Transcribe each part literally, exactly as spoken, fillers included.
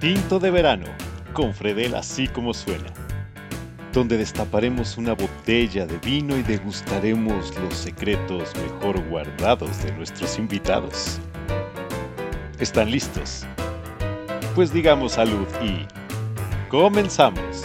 Tinto de verano, con Fredel así como suena, donde destaparemos una botella de vino y degustaremos los secretos mejor guardados de nuestros invitados. ¿Están listos? Pues digamos salud y comenzamos.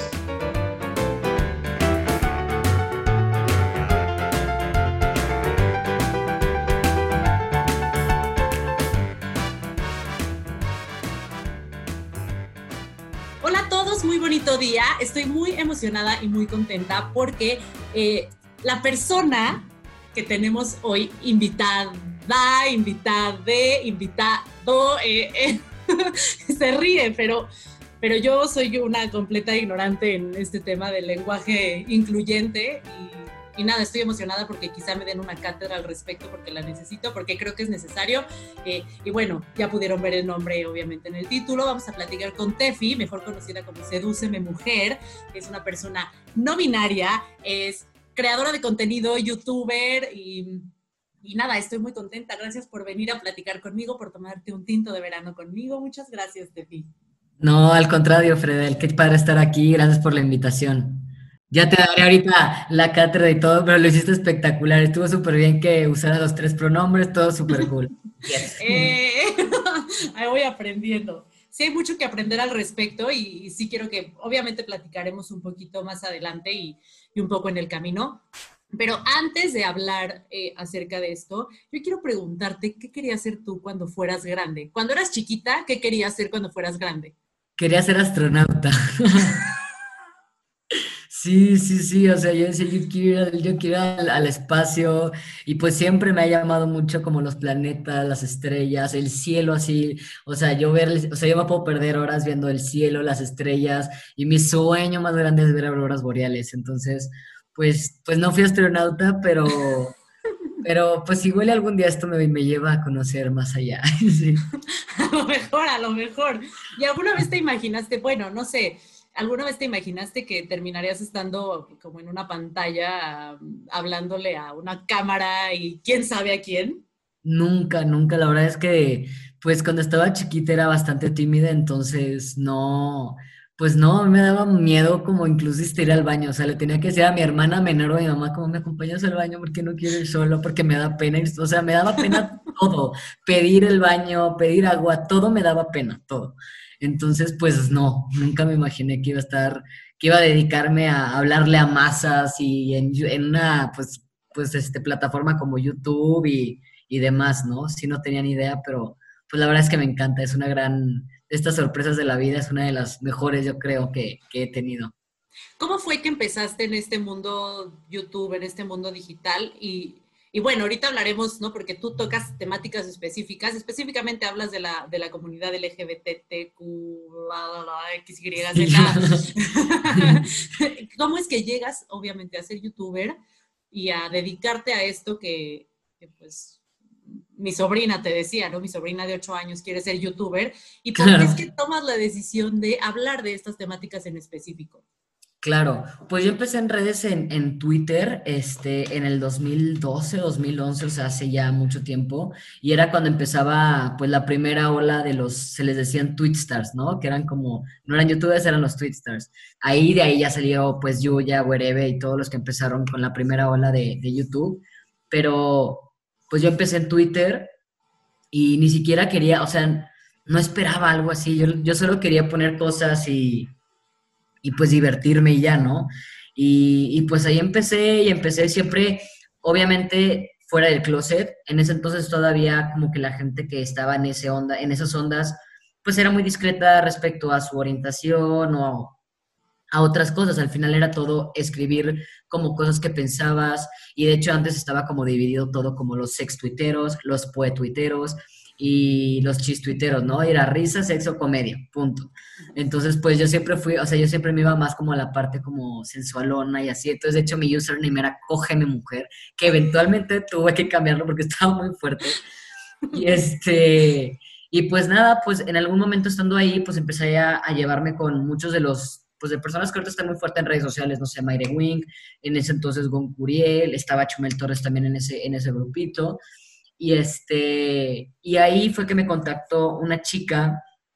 Hola a todos, muy bonito día. Estoy muy emocionada y muy contenta porque eh, la persona que tenemos hoy invitada, invitade, invitado, eh, eh, se ríe, pero, pero yo soy una completa ignorante en este tema del lenguaje incluyente y, y nada, estoy emocionada porque quizá me den una cátedra al respecto porque la necesito, porque creo que es necesario. Eh, y bueno, ya pudieron ver el nombre obviamente en el título. Vamos a platicar con Tefi, mejor conocida como Sedúceme Mujer. Es una persona no binaria, es creadora de contenido, youtuber y... Y nada, estoy muy contenta. Gracias por venir a platicar conmigo, por tomarte un tinto de verano conmigo. Muchas gracias, Tefi. No, al contrario, Fredel, qué padre estar aquí. Gracias por la invitación. Ya te daré ahorita la cátedra y todo, pero lo hiciste espectacular. Estuvo súper bien que usaras los tres pronombres, todo súper cool. Yes. Eh, ahí voy aprendiendo. Sí, hay mucho que aprender al respecto y, y sí quiero que, obviamente, platicaremos un poquito más adelante y, y un poco en el camino. Pero antes de hablar eh, acerca de esto, yo quiero preguntarte, ¿qué querías ser tú cuando fueras grande? Cuando eras chiquita, ¿qué querías ser cuando fueras grande? Quería ser astronauta. Sí, sí, sí, o sea, yo decía, yo quiero ir, al- yo quiero ir al, al espacio y pues siempre me ha llamado mucho como los planetas, las estrellas, el cielo así, o sea, yo ver, el- o sea, yo me puedo perder horas viendo el cielo, las estrellas y mi sueño más grande es ver auroras boreales, entonces, pues, pues no fui astronauta, pero, pero pues igual algún día esto me, me lleva a conocer más allá, sí. A lo mejor, a lo mejor. ¿Y alguna vez te imaginaste, bueno, no sé, alguna vez te imaginaste que terminarías estando como en una pantalla um, hablándole a una cámara y quién sabe a quién? Nunca, nunca. La verdad es que, pues cuando estaba chiquita era bastante tímida, entonces no, pues no, me daba miedo como incluso hasta ir al baño. O sea, le tenía que decir a mi hermana menor o a mi mamá como me acompañas al baño porque no quiero ir solo, porque me da pena ir- o sea, me daba pena todo. Pedir el baño, pedir agua, todo me daba pena, todo. Entonces, pues no, nunca me imaginé que iba a estar, que iba a dedicarme a hablarle a masas y en, en una, pues, pues, este, plataforma como YouTube y y demás, ¿no? Sí, no tenía ni idea, pero pues la verdad es que me encanta, es una gran, de estas sorpresas de la vida, es una de las mejores, yo creo, que, que he tenido. ¿Cómo fue que empezaste en este mundo YouTube, en este mundo digital? Y, y bueno, ahorita hablaremos, ¿no? Porque tú tocas temáticas específicas, específicamente hablas de la, de la comunidad L G B T Q, la, la, la, X, Y, Sí. Z. ¿Cómo es que llegas, obviamente, a ser youtuber y a dedicarte a esto que, que, pues, mi sobrina te decía, ¿no? Mi sobrina de ocho años quiere ser youtuber. ¿Y por qué es Claro. que tomas la decisión de hablar de estas temáticas en específico? Claro, pues yo empecé en redes en, en Twitter, este, en el dos mil doce, dos mil once, o sea, hace ya mucho tiempo, y era cuando empezaba, pues, la primera ola de los, se les decían Twitstars, ¿no? Que eran como, no eran youtubers, eran los Twitstars. Ahí, de ahí ya salió, pues, Yuya, Werebe y todos los que empezaron con la primera ola de, de YouTube, pero, pues, yo empecé en Twitter y ni siquiera quería, o sea, no esperaba algo así, yo, yo solo quería poner cosas y y pues divertirme y ya, ¿no? Y, y pues ahí empecé y empecé siempre, obviamente, fuera del closet. En ese entonces todavía como que la gente que estaba en ese onda, en esas ondas, pues era muy discreta respecto a su orientación o a otras cosas. Al final era todo escribir como cosas que pensabas y de hecho antes estaba como dividido todo como los sex tuiteros, los poetuiteros y los chistuiteros, ¿no? Era risa, sexo, comedia, punto. Entonces, pues yo siempre fui, o sea, yo siempre me iba más como a la parte como sensualona y así. Entonces, de hecho, mi username era Cógeme Mujer, que eventualmente tuve que cambiarlo porque estaba muy fuerte. Y este, y pues nada, pues en algún momento estando ahí, pues empecé a, a llevarme con muchos de los, pues de personas que ahorita están muy fuertes en redes sociales, no sé, Mayre Wing, en ese entonces Gon Curiel, estaba Chumel Torres también en ese, en ese grupito, y este, y ahí fue que me contactó una chica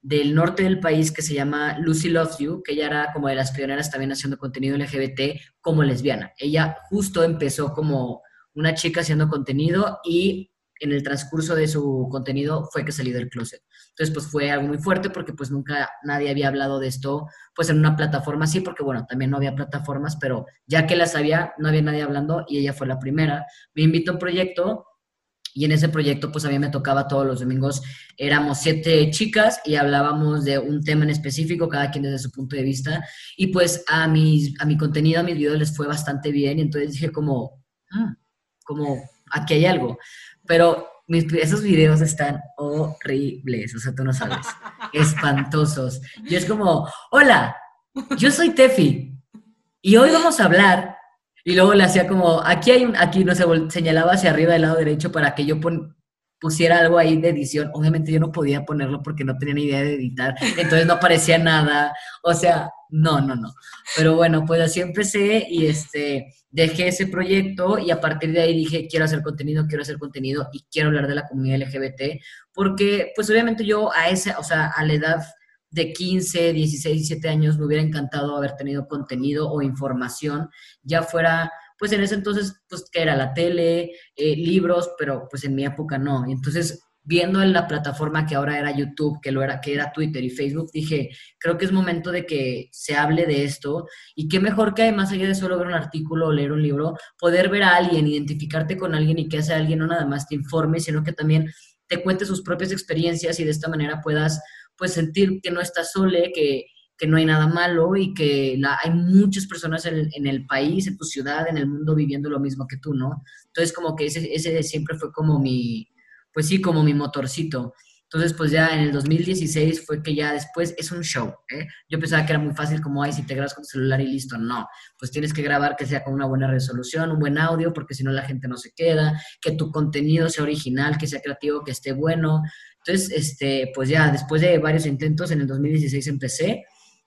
del norte del país que se llama Lucy Loves You, que ella era como de las pioneras también haciendo contenido L G B T como lesbiana. Ella justo empezó como una chica haciendo contenido y en el transcurso de su contenido fue que salió del closet. Entonces, pues fue algo muy fuerte porque pues nunca nadie había hablado de esto pues en una plataforma así, porque bueno, también no había plataformas, pero ya que las había, no había nadie hablando y ella fue la primera. Me invitó a un proyecto y en ese proyecto pues a mí me tocaba todos los domingos, éramos siete chicas y hablábamos de un tema en específico, cada quien desde su punto de vista, y pues a, mis, a mi contenido, a mis videos les fue bastante bien y entonces dije como, ah, como aquí hay algo, pero mis, esos videos están horribles, o sea, tú no sabes, espantosos. Y es como, hola, yo soy Tefi y hoy vamos a hablar. Y luego le hacía como, aquí hay un, aquí no sé, señalaba hacia arriba del lado derecho para que yo pon, pusiera algo ahí de edición. Obviamente yo no podía ponerlo porque no tenía ni idea de editar, entonces no aparecía nada. O sea, no, no, no. Pero bueno, pues así empecé y este, dejé ese proyecto y a partir de ahí dije, quiero hacer contenido, quiero hacer contenido y quiero hablar de la comunidad L G B T, porque pues obviamente yo a esa, o sea, a la edad de quince, dieciséis, diecisiete años me hubiera encantado haber tenido contenido o información, ya fuera, pues en ese entonces, pues que era la tele, eh, libros, pero pues en mi época no. Y entonces, viendo en la plataforma que ahora era YouTube, que lo era, que era Twitter y Facebook, dije, creo que es momento de que se hable de esto y qué mejor que más allá de solo ver un artículo o leer un libro, poder ver a alguien, identificarte con alguien y que ese alguien no nada más te informe, sino que también te cuente sus propias experiencias y de esta manera puedas pues sentir que no estás sole, que, que no hay nada malo y que la, hay muchas personas en, en el país, en tu ciudad, en el mundo viviendo lo mismo que tú, ¿no? Entonces como que ese, ese siempre fue como mi, pues sí, como mi motorcito. Entonces pues ya en el dos mil dieciséis fue que ya después es un show, ¿eh? Yo pensaba que era muy fácil como, ay, si te grabas con tu celular y listo. No, pues tienes que grabar que sea con una buena resolución, un buen audio, porque si no la gente no se queda, que tu contenido sea original, que sea creativo, que esté bueno. Entonces, este, pues ya, después de varios intentos, en el dos mil dieciséis empecé,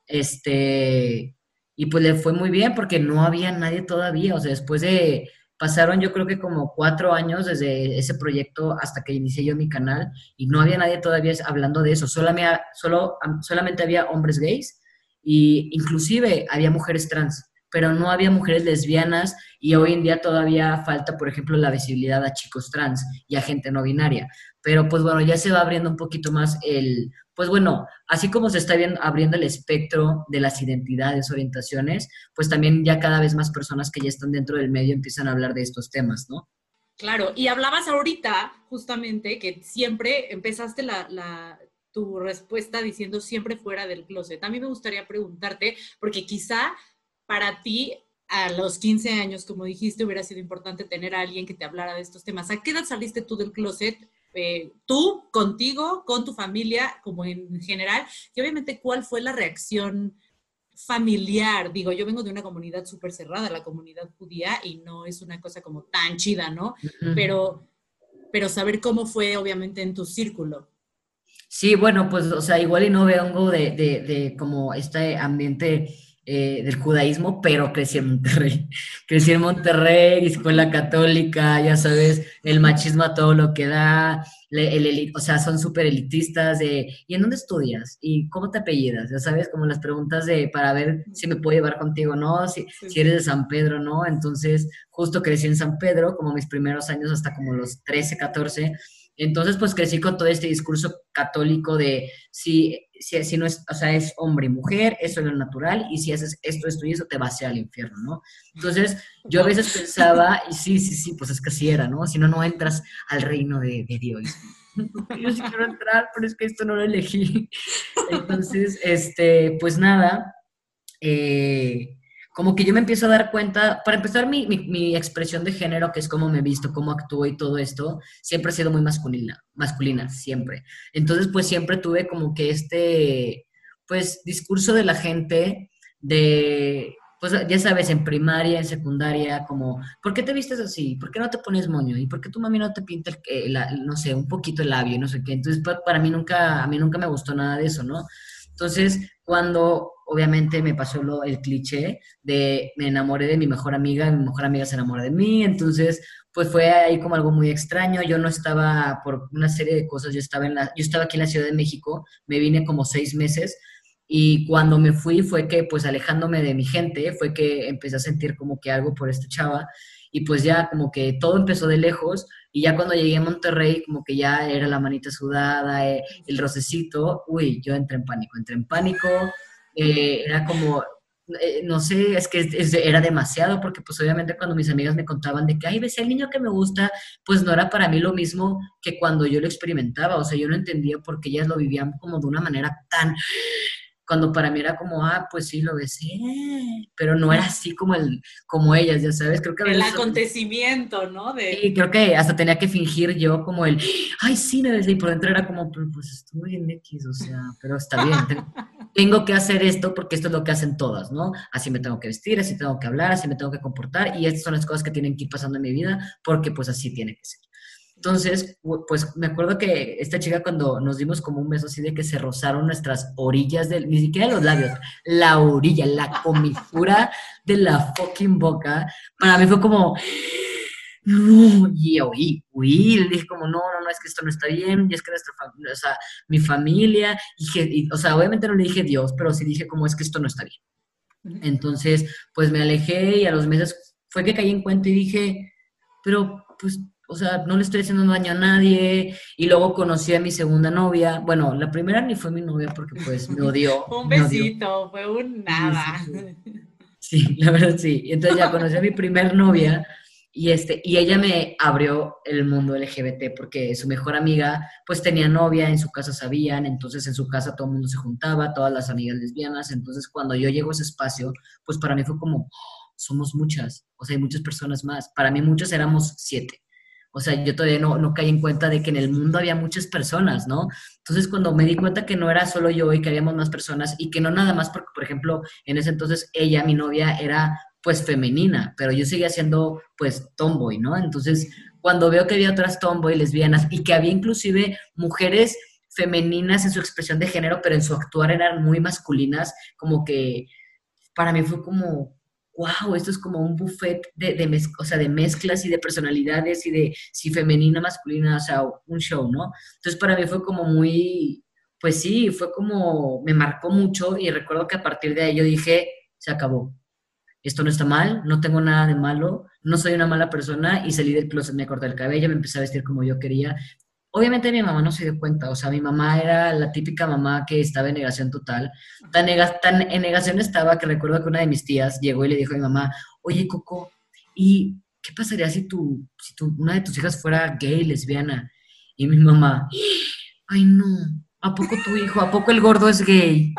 este, y pues le fue muy bien porque no había nadie todavía, o sea, después de, pasaron yo creo que como cuatro años desde ese proyecto hasta que inicié yo mi canal, y no había nadie todavía hablando de eso, solo, había, solo solamente había hombres gays, y inclusive había mujeres trans, pero no había mujeres lesbianas, y hoy en día todavía falta, por ejemplo, la visibilidad a chicos trans y a gente no binaria. Pero pues bueno, ya se va abriendo un poquito más el, pues bueno, así como se está bien, abriendo el espectro de las identidades, orientaciones, pues también ya cada vez más personas que ya están dentro del medio empiezan a hablar de estos temas, ¿no? Claro, y hablabas ahorita justamente que siempre empezaste la, la, tu respuesta diciendo siempre fuera del closet. A mí me gustaría preguntarte, porque quizá para ti a los quince años, como dijiste, hubiera sido importante tener a alguien que te hablara de estos temas. ¿A qué edad saliste tú del closet? Eh, tú, contigo, con tu familia, como en general, y obviamente cuál fue la reacción familiar. Digo, yo vengo de una comunidad súper cerrada, la comunidad judía, y no es una cosa como tan chida, ¿no? Uh-huh. Pero, pero saber cómo fue obviamente en tu círculo. Sí, bueno, pues, o sea, igual y no vengo de, de, de como este ambiente Eh, del judaísmo, pero crecí en Monterrey. Crecí en Monterrey, escuela católica, ya sabes, el machismo a todo lo que da, el, el, o sea, son súper elitistas de, ¿y en dónde estudias? ¿Y cómo te apellidas? Ya sabes, como las preguntas de, para ver si me puedo llevar contigo, ¿no? Si, sí. si eres de San Pedro, ¿no? Entonces, justo crecí en San Pedro, como mis primeros años hasta como los trece, catorce, entonces, pues crecí con todo este discurso católico de si, si, si no es, o sea, es hombre y mujer, eso es lo natural, y si haces esto, esto y eso, te vas al infierno, ¿no? Entonces, yo a veces pensaba, y sí, sí, sí, pues es que así era, ¿no? Si no, no entras al reino de, de Dios. Yo sí quiero entrar, pero es que esto no lo elegí. Entonces, este, pues nada, eh... como que yo me empiezo a dar cuenta, para empezar mi, mi, mi expresión de género, que es cómo me he visto, cómo actúo y todo esto, siempre ha sido muy masculina, masculina, siempre. Entonces, pues siempre tuve como que este, pues, discurso de la gente de, pues, ya sabes, en primaria, en secundaria, como, ¿por qué te vistes así? ¿Por qué no te pones moño? ¿Y por qué tu mami no te pinta, el, la, no sé, un poquito el labio y no sé qué? Entonces, para mí nunca, a mí nunca me gustó nada de eso, ¿no? Entonces, cuando obviamente me pasó lo, el cliché de me enamoré de mi mejor amiga, mi mejor amiga se enamora de mí, entonces pues fue ahí como algo muy extraño. Yo no estaba por una serie de cosas, yo estaba, en la, yo estaba aquí en la Ciudad de México, me vine como seis meses y cuando me fui fue que pues alejándome de mi gente, fue que empecé a sentir como que algo por esta chava y pues ya como que todo empezó de lejos y ya cuando llegué a Monterrey como que ya era la manita sudada, eh, el rocecito, uy, yo entré en pánico, entré en pánico, eh, era como eh, no sé, es que es- es- era demasiado, porque pues obviamente cuando mis amigas me contaban de que, ay, ves el niño que me gusta, pues no era para mí lo mismo que cuando yo lo experimentaba, o sea, yo no entendía por qué ellas lo vivían como de una manera tan, cuando para mí era como, ah, pues sí, lo besé, pero no era así como, el, como ellas, ya sabes, creo que a El veces acontecimiento, ¿no? De, sí, creo que hasta tenía que fingir yo como el, ay, sí, me besé, y por dentro era como, "Pero, pues estuvo bien X, o sea, pero está bien, te- tengo que hacer esto porque esto es lo que hacen todas, ¿no? Así me tengo que vestir, así tengo que hablar, así me tengo que comportar, y estas son las cosas que tienen que ir pasando en mi vida porque pues así tiene que ser. Entonces, pu- pues me acuerdo que esta chica cuando nos dimos como un beso así de que se rozaron nuestras orillas, del, ni siquiera los labios, la orilla, la comisura de la fucking boca, para mí fue como, no, y oí, oí, le dije como, no, no, no, es que esto no está bien, y es que nuestra familia, o sea, mi familia, y que, y, o sea, obviamente no le dije Dios, pero sí dije como, es que esto no está bien. Entonces, pues me alejé y a los meses fue que caí en cuenta y dije, pero pues, o sea, no le estoy haciendo daño a nadie, y luego conocí a mi segunda novia, bueno, la primera ni fue mi novia porque pues me odió, fue un me odió, besito, fue un sí, sí, nada. sí. Sí, la verdad sí. Y entonces ya conocí a mi primer novia y, este, y ella me abrió el mundo L G B T porque su mejor amiga pues tenía novia, en su casa sabían, entonces en su casa todo el mundo se juntaba, todas las amigas lesbianas, entonces cuando yo llego a ese espacio, pues para mí fue como, "Oh, somos muchas, o sea, hay muchas personas más, para mí muchos éramos siete. O sea, yo todavía no, no caí en cuenta de que en el mundo había muchas personas, ¿no? Entonces, cuando me di cuenta que no era solo yo y que habíamos más personas y que no nada más porque, por ejemplo, en ese entonces ella, mi novia, era pues femenina, pero yo seguía siendo pues tomboy, ¿no? Entonces, cuando veo que había otras tomboy lesbianas y que había inclusive mujeres femeninas en su expresión de género, pero en su actuar eran muy masculinas, como que para mí fue como, wow, esto es como un buffet de, de, mez- o sea, de mezclas y de personalidades y de si femenina, masculina, o sea, un show, ¿no? Entonces para mí fue como muy, pues sí, fue como, me marcó mucho y recuerdo que a partir de ahí yo dije, se acabó. Esto no está mal, no tengo nada de malo, no soy una mala persona y salí del closet, me corté el cabello, me empecé a vestir como yo quería. Obviamente mi mamá no se dio cuenta, o sea, mi mamá era la típica mamá que estaba en negación total. Tan, nega- tan en negación estaba que recuerdo que una de mis tías llegó y le dijo a mi mamá, oye, Coco, ¿y qué pasaría si, tu, si tu, una de tus hijas fuera gay, lesbiana? Y mi mamá, ay no, ¿a poco tu hijo, a poco el gordo es gay?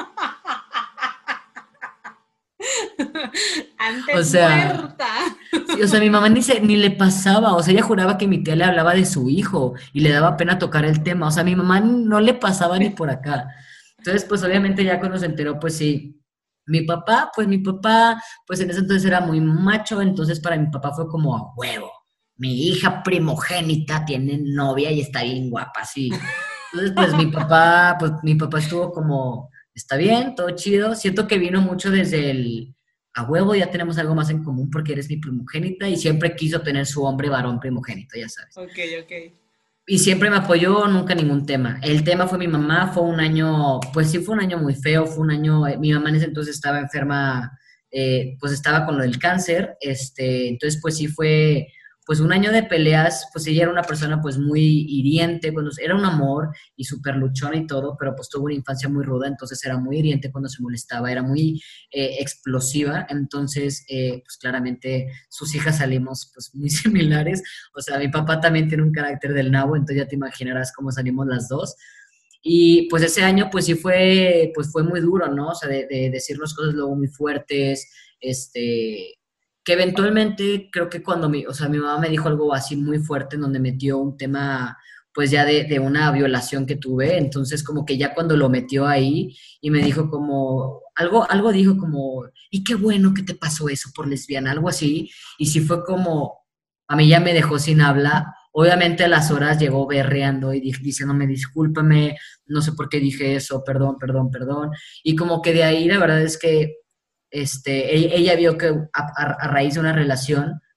O Antes sea, muerta. sí, o sea, mi mamá ni, se, ni le pasaba, o sea, ella juraba que mi tía le hablaba de su hijo y le daba pena tocar el tema, o sea, a mi mamá no le pasaba ni por acá. Entonces, pues obviamente ya cuando se enteró, pues sí, mi papá, pues mi papá, pues en ese entonces era muy macho, entonces para mi papá fue como a huevo, mi hija primogénita tiene novia y está bien guapa, sí. Entonces, pues mi papá, pues mi papá estuvo como, está bien, todo chido, siento que vino mucho desde el a huevo ya tenemos algo más en común porque eres mi primogénita y siempre quiso tener su hombre varón primogénito, ya sabes. Ok, ok. Y siempre me apoyó, nunca ningún tema. El tema fue mi mamá, fue un año, pues sí fue un año muy feo, fue un año, eh, mi mamá en ese entonces estaba enferma, eh, pues estaba con lo del cáncer, este, entonces pues sí fue, pues un año de peleas, pues ella era una persona pues muy hiriente, cuando era un amor y súper luchona y todo, pero pues tuvo una infancia muy ruda, entonces era muy hiriente cuando se molestaba, era muy eh, explosiva, entonces eh, pues claramente sus hijas salimos pues muy similares, o sea, mi papá también tiene un carácter del nabo, entonces ya te imaginarás cómo salimos las dos. Y pues ese año pues sí fue, pues fue muy duro, ¿no? O sea, de, de decirnos cosas luego muy fuertes, este, que eventualmente creo que cuando mi, o sea, mi mamá me dijo algo así muy fuerte en donde metió un tema pues ya de, de una violación que tuve, entonces como que ya cuando lo metió ahí y me dijo como, algo, algo dijo como, y qué bueno que te pasó eso por lesbiana, algo así, y sí fue como, a mí ya me dejó sin habla. Obviamente a las horas llegó berreando y di- diciéndome discúlpame, no sé por qué dije eso, perdón, perdón, perdón. Y como que de ahí la verdad es que este, e- ella vio que a, a- a raíz de una relación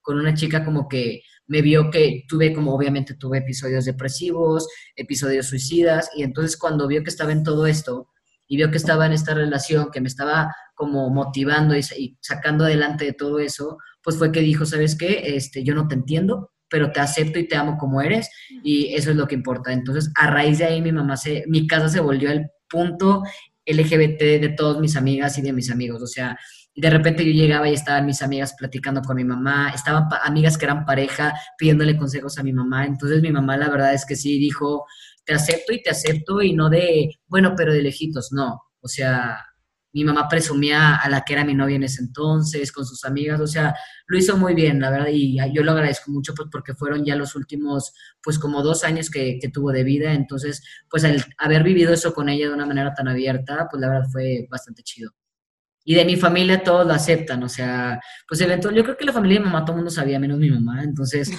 con una chica como que me vio que tuve como, obviamente tuve episodios depresivos, episodios suicidas, y entonces cuando vio que estaba en todo esto, y vio que estaba en esta relación, que me estaba como motivando y, y sacando adelante de todo eso, pues fue que dijo, ¿sabes qué? Este, yo no te entiendo, pero te acepto y te amo como eres, y eso es lo que importa. Entonces, a raíz de ahí, mi mamá se, mi casa se volvió el punto L G B T de todas mis amigas y de mis amigos, o sea, y de repente yo llegaba y estaban mis amigas platicando con mi mamá, estaban pa- amigas que eran pareja pidiéndole consejos a mi mamá, entonces mi mamá la verdad es que sí dijo, te acepto y te acepto y no de, bueno, pero de lejitos, no, o sea, mi mamá presumía a la que era mi novia en ese entonces, con sus amigas, o sea, lo hizo muy bien, la verdad, y yo lo agradezco mucho pues porque fueron ya los últimos, pues como dos años que, que tuvo de vida, entonces, pues el haber vivido eso con ella de una manera tan abierta, pues la verdad fue bastante chido. Y de mi familia todos lo aceptan, o sea, pues eventual, yo creo que la familia de mi mamá todo el mundo sabía, menos mi mamá, entonces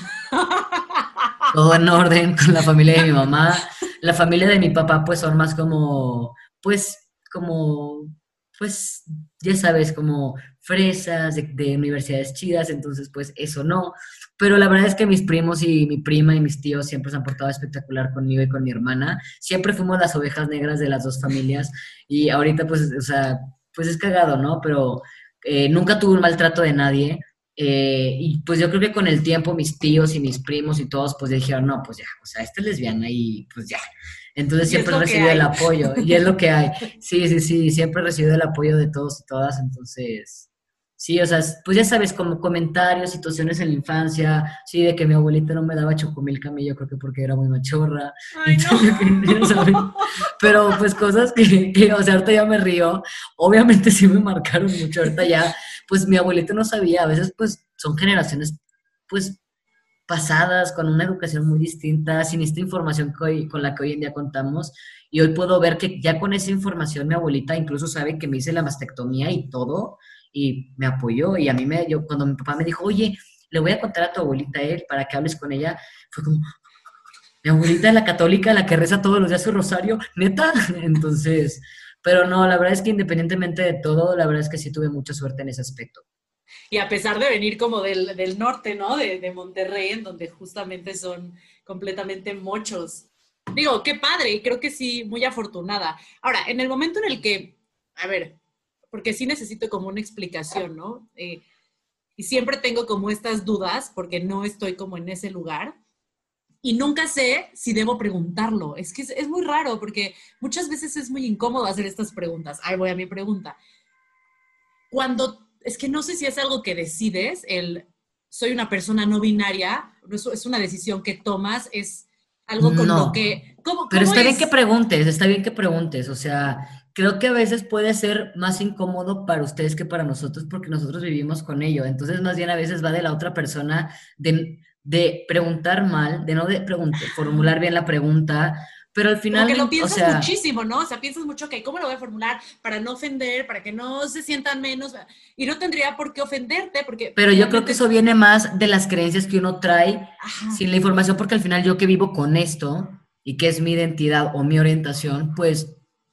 todo en orden con la familia de mi mamá. La familia de mi papá, pues son más como, pues, como, pues, ya sabes, como fresas de, de universidades chidas, entonces, pues, eso no. Pero la verdad es que mis primos y mi prima y mis tíos siempre se han portado espectacular conmigo y con mi hermana. Siempre fuimos las ovejas negras de las dos familias y ahorita, pues, o sea, pues es cagado, ¿no? Pero eh, nunca tuve un maltrato de nadie. Eh, y pues yo creo que con el tiempo mis tíos y mis primos y todos pues dijeron, no, pues ya, o sea, esta es lesbiana y pues ya. Entonces Y es siempre he lo que recibido el hay. apoyo y es lo que hay. Sí, sí, sí, siempre he recibido el apoyo de todos y todas, entonces, sí, o sea, pues ya sabes, como comentarios, situaciones en la infancia, sí, de que mi abuelita no me daba chocomilk a mí, yo creo que porque era muy machorra, Ay, no. entonces, ya sabes, pero pues cosas que, que, o sea, ahorita ya me río, obviamente sí me marcaron mucho, ahorita ya pues mi abuelito no sabía, a veces pues son generaciones pues pasadas, con una educación muy distinta, sin esta información que hoy, con la que hoy en día contamos, y hoy puedo ver que ya con esa información mi abuelita incluso sabe que me hice la mastectomía y todo, y me apoyó, y a mí me, yo, cuando mi papá me dijo, oye, le voy a contar a tu abuelita a él para que hables con ella, fue como, mi abuelita es la católica, la que reza todos los días su rosario, neta, entonces, pero no, la verdad es que independientemente de todo, la verdad es que sí tuve mucha suerte en ese aspecto. Y a pesar de venir como del, del norte, ¿no? De, de Monterrey, en donde justamente son completamente mochos. Digo, qué padre, y creo que sí, muy afortunada. Ahora, en el momento en el que, a ver, porque sí necesito como una explicación, ¿no? Eh, y siempre tengo como estas dudas, porque no estoy como en ese lugar, y nunca sé si debo preguntarlo. Es que es, es muy raro, porque muchas veces es muy incómodo hacer estas preguntas. Ahí voy a mi pregunta. Cuando, es que no sé si es algo que decides, el soy una persona no binaria, es, es una decisión que tomas, es algo con lo No, que, ¿cómo, pero cómo está bien que es? preguntes, está bien que preguntes, o sea, creo que a veces puede ser más incómodo para ustedes que para nosotros porque nosotros vivimos con ello, entonces más bien a veces va de la otra persona de, de preguntar mal, de no de preguntar, formular bien la pregunta, pero al Como final, que no lo im- o piensas sea, muchísimo, ¿no? O sea, piensas mucho, ok, ¿cómo lo voy a formular para no ofender, para que no se sientan menos? Y no tendría por qué ofenderte, porque pero yo creo que finalmente, eso viene más de las creencias que uno trae ajá, sin la información, porque al final yo que vivo con esto y que es mi identidad o mi orientación, pues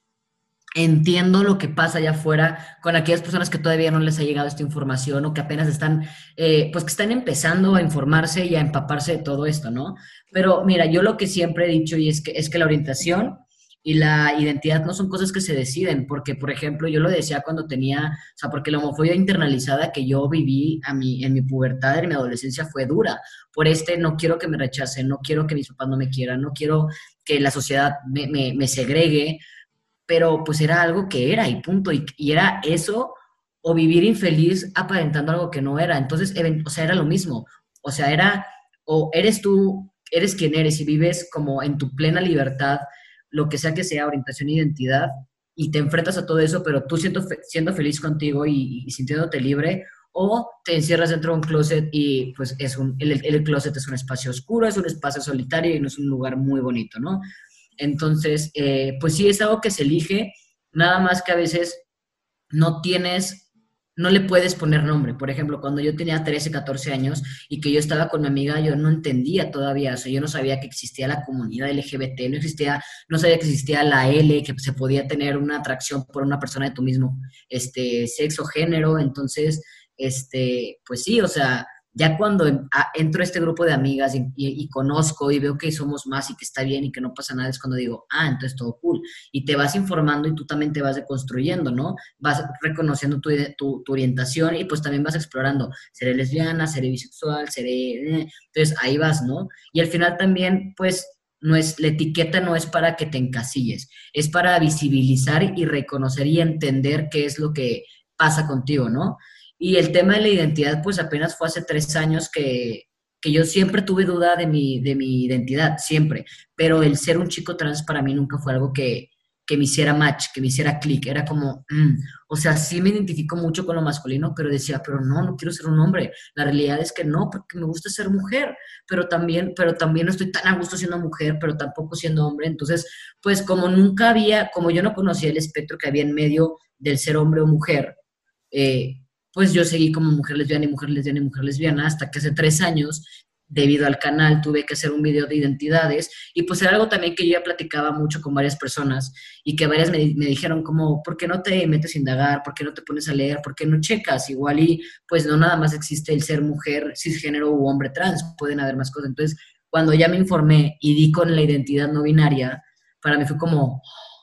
entiendo lo que pasa allá afuera con aquellas personas que todavía no les ha llegado esta información o que apenas están, eh, pues que están empezando a informarse y a empaparse de todo esto, ¿no? claro. Pero mira, yo lo que siempre he dicho y es que, es que la orientación y la identidad no son cosas que se deciden, porque, por ejemplo, yo lo decía cuando tenía, o sea, porque la homofobia internalizada que yo viví a mi, en mi pubertad, en mi adolescencia, fue dura. Por este, no quiero que me rechacen, no quiero que mis papás no me quieran, no quiero que la sociedad me, me, me segregue, pero pues era algo que era y punto, y, y era eso o vivir infeliz aparentando algo que no era, entonces, o sea, era lo mismo, o sea, era, o eres tú, eres quien eres y vives como en tu plena libertad, lo que sea que sea, orientación e identidad, y te enfrentas a todo eso, pero tú siendo, siendo feliz contigo y, y sintiéndote libre, o te encierras dentro de un closet y pues es un, el, el closet es un espacio oscuro, es un espacio solitario y no es un lugar muy bonito, ¿no? Entonces, eh, pues sí es algo que se elige, nada más que a veces no tienes, no le puedes poner nombre. Por ejemplo, cuando yo tenía trece, catorce años y que yo estaba con mi amiga, yo no entendía todavía, o sea, yo no sabía que existía la comunidad L G B T, no existía, no sabía que existía la L, que se podía tener una atracción por una persona de tu mismo este, sexo, género, entonces, este, pues sí, o sea, Ya cuando en- a- entro a este grupo de amigas y, y- y conozco y veo que somos más y que está bien y que no pasa nada, es cuando digo, ah, entonces todo cool. Y te vas informando y tú también te vas deconstruyendo, ¿no? Vas reconociendo tu, ide- tu, tu orientación y pues también vas explorando, seré lesbiana, seré bisexual, seré... eh. Entonces ahí vas, ¿no? Y al final también, pues, no es, la etiqueta no es para que te encasilles, es para visibilizar y reconocer y entender qué es lo que pasa contigo, ¿no? Y el tema de la identidad, pues apenas fue hace tres años que, que yo siempre tuve duda de mi, de mi identidad, siempre. Pero el ser un chico trans para mí nunca fue algo que, que me hiciera match, que me hiciera clic. Era como, mm, o sea, sí me identifico mucho con lo masculino, pero decía, pero no, no quiero ser un hombre. La realidad es que no, porque me gusta ser mujer, pero también, pero también no estoy tan a gusto siendo mujer, pero tampoco siendo hombre. Entonces, pues como nunca había, como yo no conocía el espectro que había en medio del ser hombre o mujer, eh, pues yo seguí como mujer lesbiana y mujer lesbiana y mujer lesbiana hasta que hace tres años, debido al canal, tuve que hacer un video de identidades y pues era algo también que yo ya platicaba mucho con varias personas y que varias me, me dijeron como, ¿por qué no te metes a indagar? ¿Por qué no te pones a leer? ¿Por qué no checas? Igual y pues no nada más existe el ser mujer, cisgénero u hombre trans, pueden haber más cosas. Entonces, cuando ya me informé y di con la identidad no binaria, para mí fue como,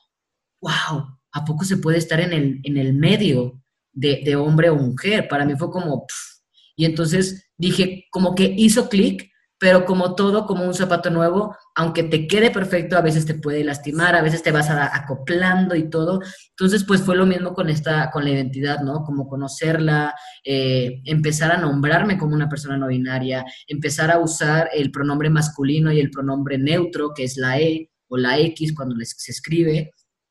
wow, ¿a poco se puede estar en el, en el medio de, de hombre o mujer? Para mí fue como, pff. Y entonces dije, como que hizo clic, pero como todo, como un zapato nuevo, aunque te quede perfecto, a veces te puede lastimar, a veces te vas a, acoplando y todo. Entonces, pues fue lo mismo con esta, con la identidad, ¿no? Como conocerla, eh, empezar a nombrarme como una persona no binaria, empezar a usar el pronombre masculino y el pronombre neutro, que es la E o la X cuando les, se escribe,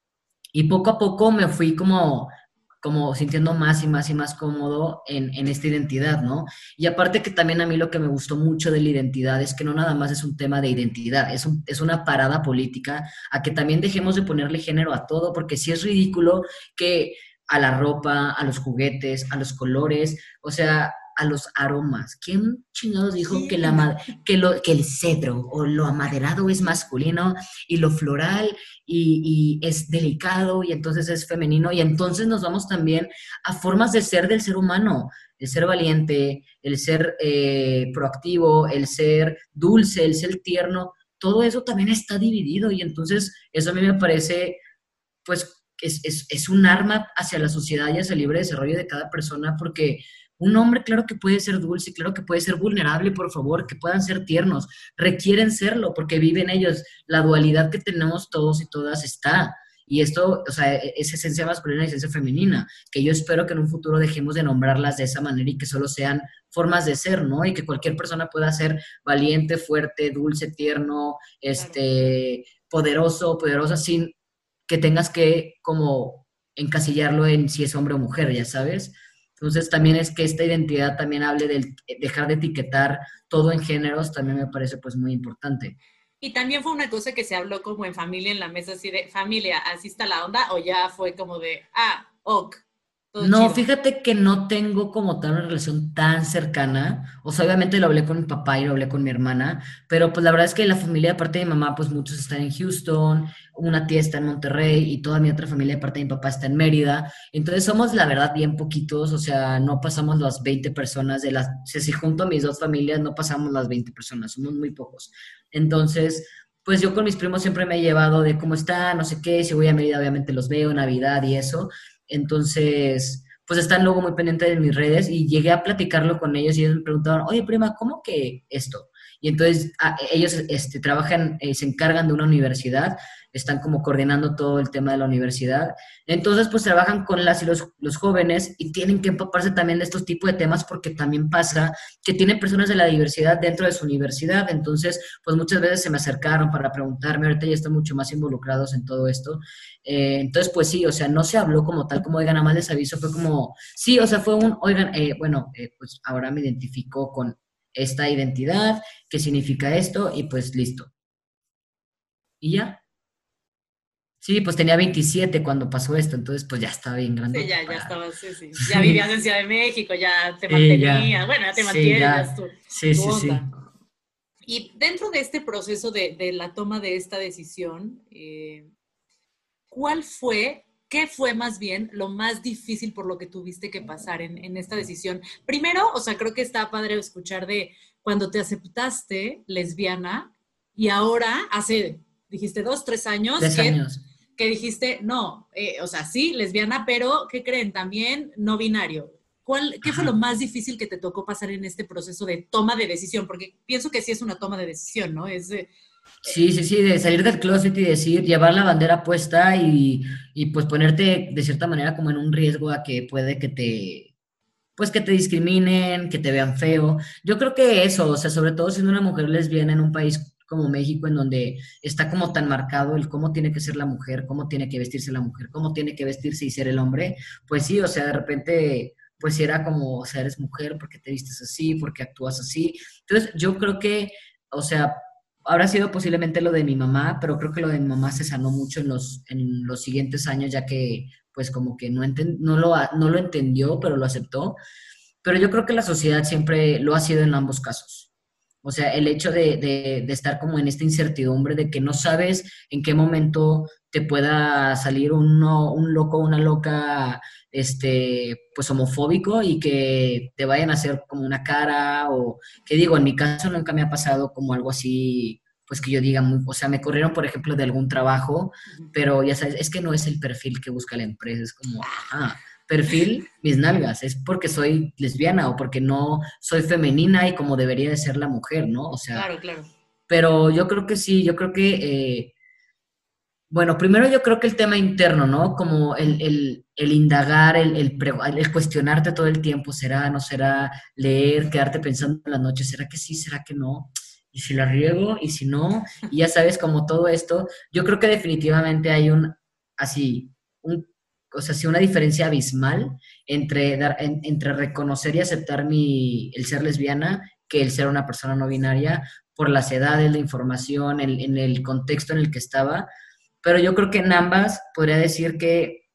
y poco a poco me fui como, como sintiendo más y más y más cómodo en, en esta identidad, ¿no? Y aparte que también a mí lo que me gustó mucho de la identidad es que no nada más es un tema de identidad, es, un, es una parada política a que también dejemos de ponerle género a todo, porque sí es ridículo que a la ropa, a los juguetes, a los colores, o sea, a los aromas. ¿Quién chingados dijo que, ¿Quién? la, que, lo, que el cedro o lo amaderado es masculino y lo floral y, y es delicado y entonces es femenino y entonces nos vamos también a formas de ser del ser humano, el ser valiente, el ser eh, proactivo, el ser dulce, el ser tierno, todo eso también está dividido y entonces eso a mí me parece pues es, es, es un arma hacia la sociedad y hacia el libre desarrollo de cada persona porque un hombre, claro que puede ser dulce, claro que puede ser vulnerable, por favor, que puedan ser tiernos, requieren serlo porque viven ellos. La dualidad que tenemos todos y todas está. Y esto, o sea, es esencia masculina y esencia femenina, que yo espero que en un futuro dejemos de nombrarlas de esa manera y que solo sean formas de ser, ¿no? Y que cualquier persona pueda ser valiente, fuerte, dulce, tierno, Claro. este, poderoso, poderosa, sin que tengas que como encasillarlo en si es hombre o mujer, ya sabes. Entonces también es que esta identidad también hable de dejar de etiquetar todo en géneros, también me parece pues muy importante. Y también fue una cosa que se habló como en familia, en la mesa, así de, familia, así está la onda, o ya fue como de, ah, ok, todo No, chido. fíjate que no tengo como tal una relación tan cercana. O sea, obviamente lo hablé con mi papá y lo hablé con mi hermana, pero pues la verdad es que la familia de parte de mi mamá, pues muchos están en Houston, una tía está en Monterrey y toda mi otra familia de parte de mi papá está en Mérida. Entonces somos la verdad bien poquitos, o sea, no pasamos las veinte personas de las, o sea, si junto a mis dos familias no pasamos las veinte personas, somos muy pocos. Entonces, pues yo con mis primos siempre me he llevado de cómo están, no sé qué, si voy a Mérida obviamente los veo, Navidad y eso. Entonces, pues están luego muy pendientes de mis redes y llegué a platicarlo con ellos y ellos me preguntaban, oye, prima, ¿cómo que esto? Y entonces a, ellos este, trabajan, eh, se encargan de una universidad, están como coordinando todo el tema de la universidad. Entonces, pues trabajan con las y los, los jóvenes y tienen que empaparse también de estos tipos de temas porque también pasa que tienen personas de la diversidad dentro de su universidad. Entonces, pues muchas veces se me acercaron para preguntarme, ahorita ya están mucho más involucrados en todo esto. Eh, entonces, pues sí, o sea, no se habló como tal, como, oigan, nada más les aviso, fue como, sí, o sea, fue un, oigan, eh, bueno, eh, pues ahora me identifico con esta identidad, qué significa esto, y pues listo. Y ya. Sí, pues tenía veintisiete cuando pasó esto, entonces pues ya estaba bien Sí, grandote ya, ya para... estabas, sí, sí. Ya vivías en Ciudad de México, ya te Sí, ya. mantenías, bueno, ya te Sí, mantienes, ya ya. es tu, Sí, tu sí, sí. onda. Y dentro de este proceso de, de la toma de esta decisión, eh, ¿cuál fue ¿qué fue más bien lo más difícil por lo que tuviste que pasar en, en esta decisión? Primero, o sea, creo que está padre escuchar de cuando te aceptaste lesbiana y ahora hace, dijiste, dos, tres años, Tres que, años. que dijiste, no, eh, o sea, sí, lesbiana, pero ¿qué creen? También no binario. ¿Cuál, ¿Qué fue Ajá. lo más difícil que te tocó pasar en este proceso de toma de decisión? Porque pienso que sí es una toma de decisión, ¿no? Es, eh, Sí, sí, sí, de salir del closet y decir, llevar la bandera puesta y, y pues ponerte de cierta manera como en un riesgo a que puede que te, pues que te discriminen, que te vean feo. Yo creo que eso, o sea, sobre todo siendo una mujer lesbiana en un país como México, en donde está como tan marcado el cómo tiene que ser la mujer, cómo tiene que vestirse la mujer, cómo tiene que vestirse y ser el hombre, pues sí, o sea, de repente, pues sí era como, o sea, eres mujer porque te vistes así, porque actúas así. Entonces, yo creo que, o sea, habrá sido posiblemente lo de mi mamá, pero creo que lo de mi mamá se sanó mucho en los, en los siguientes años, ya que pues como que no, enten, no, lo, no lo entendió, pero lo aceptó. Pero yo creo que la sociedad siempre lo ha sido en ambos casos. O sea, el hecho de, de, de estar como en esta incertidumbre de que no sabes en qué momento te pueda salir uno, un loco, una loca, este, pues homofóbico y que te vayan a hacer como una cara o que digo, en mi caso nunca me ha pasado como algo así, pues que yo diga, muy, o sea, me corrieron, por ejemplo, de algún trabajo, pero ya sabes, es que no es el perfil que busca la empresa, es como, ajá, perfil, mis nalgas, es porque soy lesbiana o porque no soy femenina y como debería de ser la mujer, ¿no? O sea, claro, claro. pero yo creo que sí, yo creo que, eh, bueno, primero yo creo que el tema interno, ¿no? Como el, el, el indagar, el, el, pre- el cuestionarte todo el tiempo, ¿será, no será? Leer, quedarte pensando en la noche, ¿será que sí, será que no? Y si la riego, y si no, y ya sabes, como todo esto, yo creo que definitivamente hay un, así, un, o sea, sí, una diferencia abismal entre, dar, en- entre reconocer y aceptar mi, el ser lesbiana que el ser una persona no binaria por las edades, la información, el, en el contexto en el que estaba, pero yo creo que en ambas podría decir que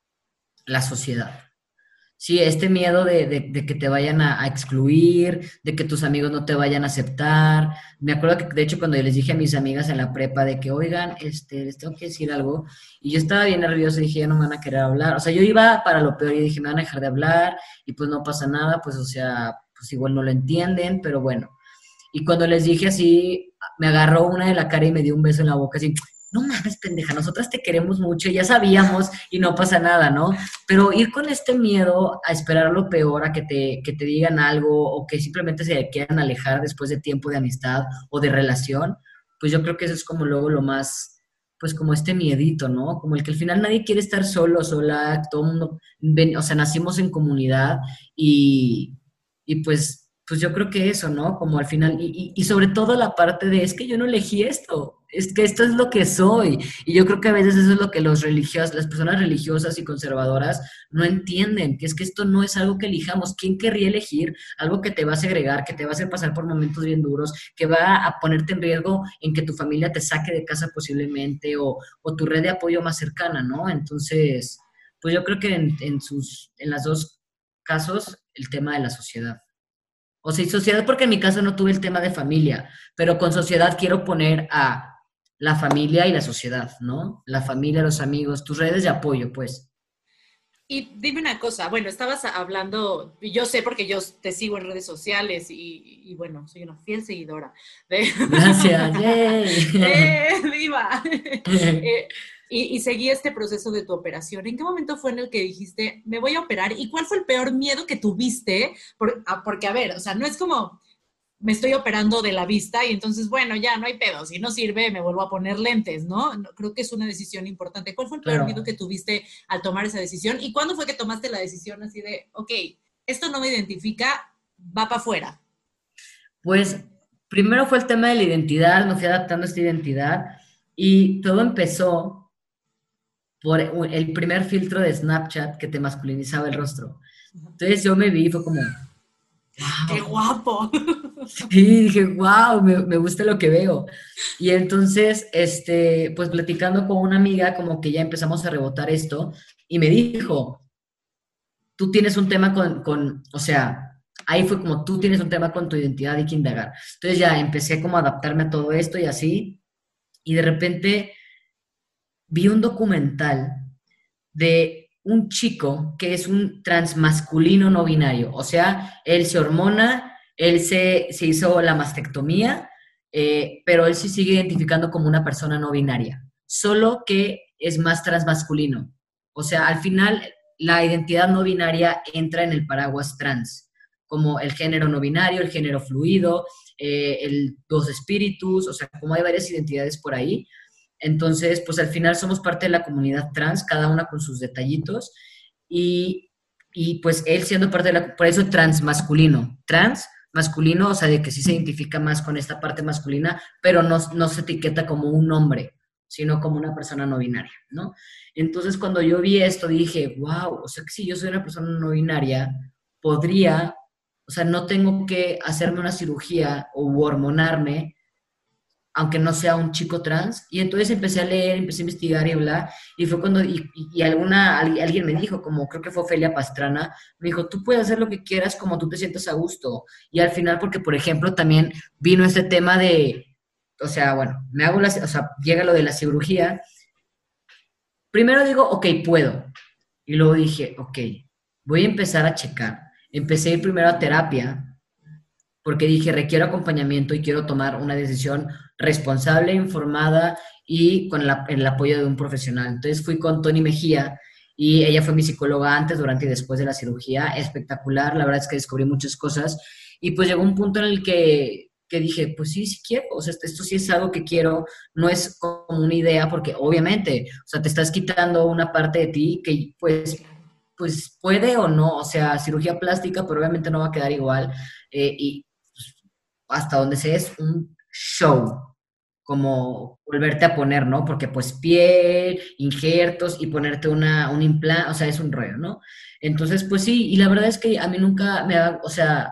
la sociedad. Sí, este miedo de, de, de que te vayan a, a excluir, de que tus amigos no te vayan a aceptar. Me acuerdo que, de hecho, cuando yo les dije a mis amigas en la prepa de que, oigan, este, les tengo que decir algo, y yo estaba bien nerviosa, dije, ya no me van a querer hablar. O sea, yo iba para lo peor y dije, me van a dejar de hablar, y pues no pasa nada, pues, o sea, pues igual no lo entienden, pero bueno. Y cuando les dije así, me agarró una de la cara y me dio un beso en la boca, así, no mames, pendeja, nosotras te queremos mucho, ya sabíamos y no pasa nada, ¿no? Pero ir con este miedo a esperar lo peor, a que te, que te digan algo o que simplemente se quieran alejar después de tiempo de amistad o de relación, pues yo creo que eso es como luego lo más, pues como este miedito, ¿no? Como el que al final nadie quiere estar solo, sola, todo el mundo, ven- o sea, nacimos en comunidad y, y pues pues yo creo que eso, ¿no? Como al final, y, y, y sobre todo la parte de, es que yo no elegí esto, es que esto es lo que soy. Y yo creo que a veces eso es lo que los religiosos, las personas religiosas y conservadoras no entienden, que es que esto no es algo que elijamos. ¿Quién querría elegir algo que te va a segregar, que te va a hacer pasar por momentos bien duros, que va a ponerte en riesgo en que tu familia te saque de casa posiblemente o, o tu red de apoyo más cercana, ¿no? Entonces, pues yo creo que en, en sus, en las dos casos, el tema de la sociedad. O sea, y sociedad porque en mi caso no tuve el tema de familia, pero con sociedad quiero poner a la familia y la sociedad, ¿no? La familia, los amigos, tus redes de apoyo, pues. Y dime una cosa, bueno, estabas hablando, y yo sé porque yo te sigo en redes sociales y, y bueno, soy una fiel seguidora de, Gracias, yay. ¡Eh, viva! Eh, y, y seguí este proceso de tu operación. ¿En qué momento fue en el que dijiste, me voy a operar? ¿Y cuál fue el peor miedo que tuviste? Por, a, porque, a ver, o sea, no es como me estoy operando de la vista y entonces, bueno, ya no hay pedo, si no sirve me vuelvo a poner lentes, ¿no? No, creo que es una decisión importante. ¿Cuál fue el peor miedo Claro. que tuviste al tomar esa decisión? ¿Y cuándo fue que tomaste la decisión así de, ok, esto no me identifica, va para afuera? Pues primero fue el tema de la identidad, me fui adaptando a esta identidad y todo empezó por el primer filtro de Snapchat que te masculinizaba el rostro. Entonces yo me vi y fue como, ¡Qué wow, guapo! sí, dije, wow, me, me gusta lo que veo. Y entonces, este, pues platicando con una amiga, como que ya empezamos a rebotar esto, y me dijo, tú tienes un tema con, con, o sea, ahí fue como tú tienes un tema con tu identidad y que indagar. Entonces ya empecé como a adaptarme a todo esto y así, y de repente vi un documental de un chico que es un transmasculino no binario. O sea, él se hormona, él se, se hizo la mastectomía, eh, pero él sí sigue identificando como una persona no binaria, solo que es más transmasculino. O sea, al final la identidad no binaria entra en el paraguas trans, como el género no binario, el género fluido, eh, el dos espíritus, o sea, como hay varias identidades por ahí. Entonces, pues al final somos parte de la comunidad trans, cada una con sus detallitos, y, y pues él siendo parte de la, por eso transmasculino, trans masculino, o sea, de que sí se identifica más con esta parte masculina, pero no, no se etiqueta como un hombre, sino como una persona no binaria, ¿no? Entonces, cuando yo vi esto, dije, wow, o sea, que si yo soy una persona no binaria, podría, o sea, no tengo que hacerme una cirugía o hormonarme, aunque no sea un chico trans. Y entonces empecé a leer, empecé a investigar y bla, y fue cuando, y, y alguna, alguien me dijo, como creo que fue Ofelia Pastrana, me dijo, tú puedes hacer lo que quieras como tú te sientas a gusto. Y al final, porque por ejemplo, también vino este tema de, o sea, bueno, me hago la, o sea, llega lo de la cirugía. Primero digo, ok, puedo. Y luego dije, ok, voy a empezar a checar. Empecé a ir primero a terapia, porque dije, requiero acompañamiento y quiero tomar una decisión responsable, informada y con la, el apoyo de un profesional. Entonces fui con Tony Mejía y ella fue mi psicóloga antes, durante y después de la cirugía. Espectacular, la verdad es que descubrí muchas cosas y pues llegó un punto en el que, que dije, pues sí, sí quiero, o sea, esto sí es algo que quiero, no es como una idea, porque obviamente, o sea, te estás quitando una parte de ti que pues pues puede o no, o sea, cirugía plástica, pero obviamente no va a quedar igual. Eh, y hasta donde sé es un show, como volverte a poner, ¿no? Porque pues piel, injertos y ponerte una, un implante, o sea, es un rollo, ¿no? Entonces, pues sí, y la verdad es que a mí nunca me ha, o sea,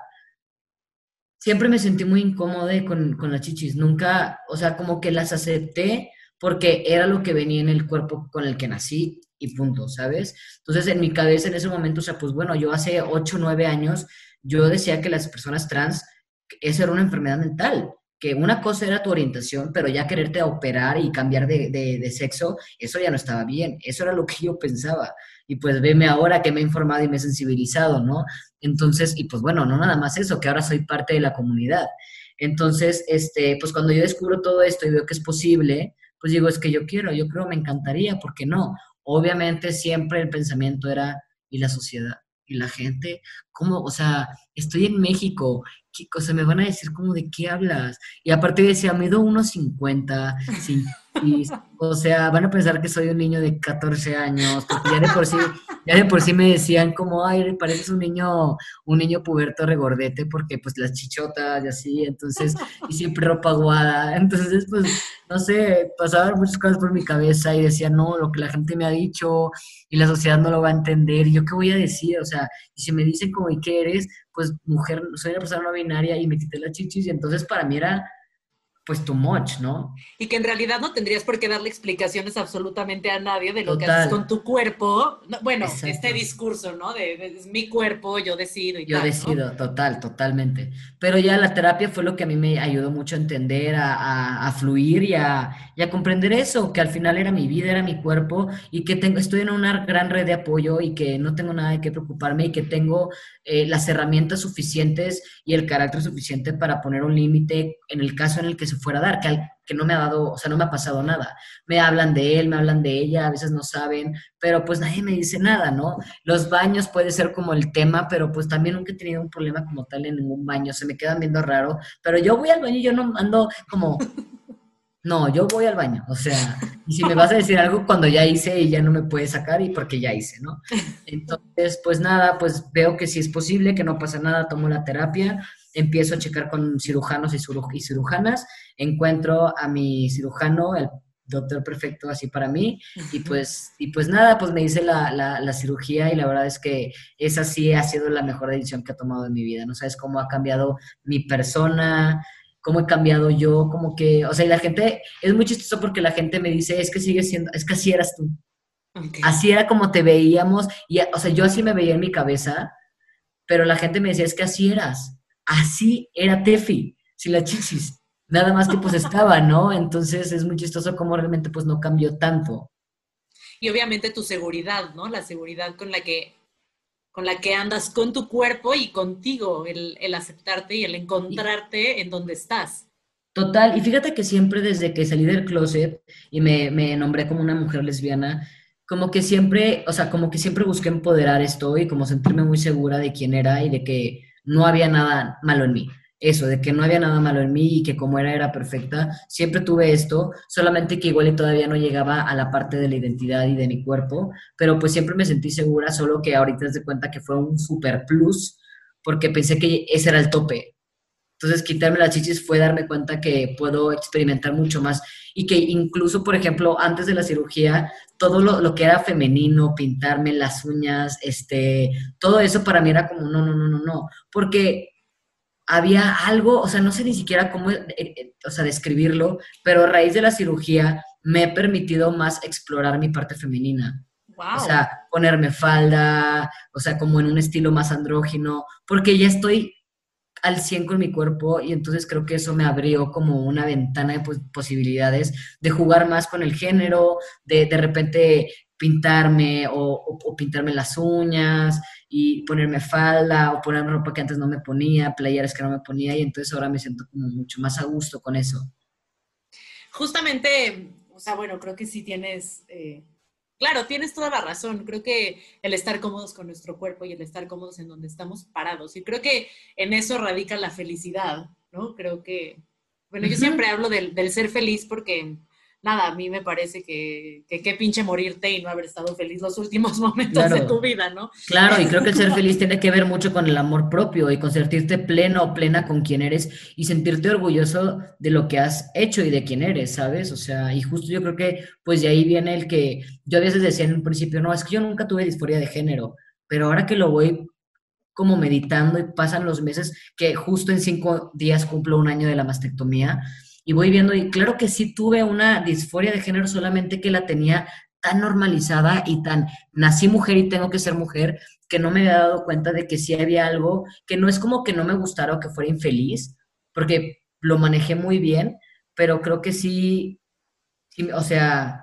siempre me sentí muy incómoda con, con las chichis, nunca, o sea, como que las acepté porque era lo que venía en el cuerpo con el que nací y punto, ¿sabes? Entonces, en mi cabeza en ese momento, o sea, pues bueno, yo hace ocho nueve años, yo decía que las personas trans, esa era una enfermedad mental, que una cosa era tu orientación, pero ya quererte operar y cambiar de, de, de sexo, eso ya no estaba bien, eso era lo que yo pensaba. Y pues veme ahora que me he informado y me he sensibilizado, ¿no? Entonces, y pues bueno, no nada más eso, que ahora soy parte de la comunidad. Entonces, este, pues cuando yo descubro todo esto y veo que es posible, pues digo, es que yo quiero, yo creo, me encantaría, ¿por qué no? Obviamente siempre el pensamiento era, ¿y la sociedad? ¿Y la gente? ¿Cómo? O sea, estoy en México, ¿qué cosa me van a decir? ¿Cómo de qué hablas? Y aparte decía, mido uno cincuenta, sin chichis, o sea, van a pensar que soy un niño de catorce años, porque ya de por sí, ya de por sí me decían como, ay, pareces un niño, un niño puberto regordete, porque pues las chichotas y así, entonces, y siempre ropa aguada, entonces, pues, no sé, pasaban muchas cosas por mi cabeza y decía, no, lo que la gente me ha dicho y la sociedad no lo va a entender, y yo qué voy a decir, o sea, y si me dicen como, ¿y qué eres? Pues mujer, soy una persona no binaria y me quité las chichis, y entonces para mí era, pues, too much, ¿no? Y que en realidad no tendrías por qué darle explicaciones absolutamente a nadie de lo que haces Total. con tu cuerpo. No, bueno, Exacto. este discurso, ¿no? De, de, es mi cuerpo, yo decido y Yo tal, decido, ¿no? total, totalmente. Pero ya la terapia fue lo que a mí me ayudó mucho a entender, a, a- a fluir y a, y a comprender eso, que al final era mi vida, era mi cuerpo y que tengo, estoy en una gran red de apoyo y que no tengo nada de qué preocuparme y que tengo eh, las herramientas suficientes y el carácter suficiente para poner un límite en el caso en el que se fuera a dar, que, al- que no me ha dado, o sea, no me ha pasado nada. Me hablan de él, me hablan de ella, a veces no saben, pero pues nadie me dice nada, ¿no? Los baños puede ser como el tema, pero pues también nunca he tenido un problema como tal en ningún baño, se me quedan viendo raro, pero yo voy al baño y yo no ando como, no, yo voy al baño, o sea, y si me vas a decir algo cuando ya hice y ya no me puedes sacar y porque ya hice, ¿no? Entonces, pues nada, pues veo que sí es posible, que no pasa nada, tomo la terapia, empiezo a checar con cirujanos y, ciru- y cirujanas, encuentro a mi cirujano, el doctor perfecto así para mí, y pues, y pues nada, pues me hice la, la, la cirugía y la verdad es que esa sí ha sido la mejor decisión que he tomado en mi vida, no sabes cómo ha cambiado mi persona, cómo he cambiado yo, como que, o sea, y la gente, es muy chistoso porque la gente me dice, es que sigues siendo, es que así eras tú, Okay. así era como te veíamos, y, o sea, yo así me veía en mi cabeza, pero la gente me decía, es que así eras, así era Tefi, si la chichis, nada más que pues estaba, ¿no? Entonces es muy chistoso cómo realmente pues no cambió tanto. y obviamente tu seguridad, ¿no? La seguridad con la que, con la que andas con tu cuerpo y contigo, el, el aceptarte y el encontrarte en donde estás. Total, y fíjate que siempre desde que salí del closet y me, me nombré como una mujer lesbiana, como que siempre, o sea, como que siempre busqué empoderar esto y como sentirme muy segura de quién era y de que no había nada malo en mí. Eso, de que no había nada malo en mí y que como era, era perfecta. Siempre tuve esto, solamente que igual y todavía no llegaba a la parte de la identidad y de mi cuerpo, pero pues siempre me sentí segura, solo que ahorita te das cuenta que fue un super plus porque pensé que ese era el tope. Entonces, quitarme las chichis fue darme cuenta que puedo experimentar mucho más y que incluso, por ejemplo, antes de la cirugía, todo lo, lo que era femenino, pintarme las uñas, este, todo eso para mí era como, no, no, no, no, no, porque había algo, o sea, no sé ni siquiera cómo, eh, eh, o sea, describirlo, pero a raíz de la cirugía me he permitido más explorar mi parte femenina. O Wow. sea, ponerme falda, o sea, como en un estilo más andrógino, porque ya estoy al cien con mi cuerpo y entonces creo que eso me abrió como una ventana de pos posibilidades de jugar más con el género, de de repente pintarme o, o, o, pintarme las uñas y ponerme falda o ponerme ropa que antes no me ponía, playeras que no me ponía y entonces ahora me siento como mucho más a gusto con eso. Justamente, o sea, bueno, creo que sí tienes, eh, claro, tienes toda la razón. Creo que el estar cómodos con nuestro cuerpo y el estar cómodos en donde estamos parados. Y creo que en eso radica la felicidad, ¿no? Creo que, bueno, yo Ujú. siempre hablo del, del ser feliz porque, nada, a mí me parece que, que qué pinche morirte y no haber estado feliz los últimos momentos de tu Claro. vida, ¿no? Claro, y creo que el ser feliz tiene que ver mucho con el amor propio y con sentirte pleno o plena con quien eres y sentirte orgulloso de lo que has hecho y de quién eres, ¿sabes? O sea, y justo yo creo que pues de ahí viene el que yo a veces decía en un principio, no, es que yo nunca tuve disforia de género, pero ahora que lo voy como meditando y pasan los meses, que justo en cinco días cumplo un año de la mastectomía, y voy viendo, y claro que sí tuve una disforia de género, solamente que la tenía tan normalizada y tan, nací mujer y tengo que ser mujer, que no me había dado cuenta de que sí había algo, que no es como que no me gustara o que fuera infeliz, porque lo manejé muy bien, pero creo que sí, sí o sea,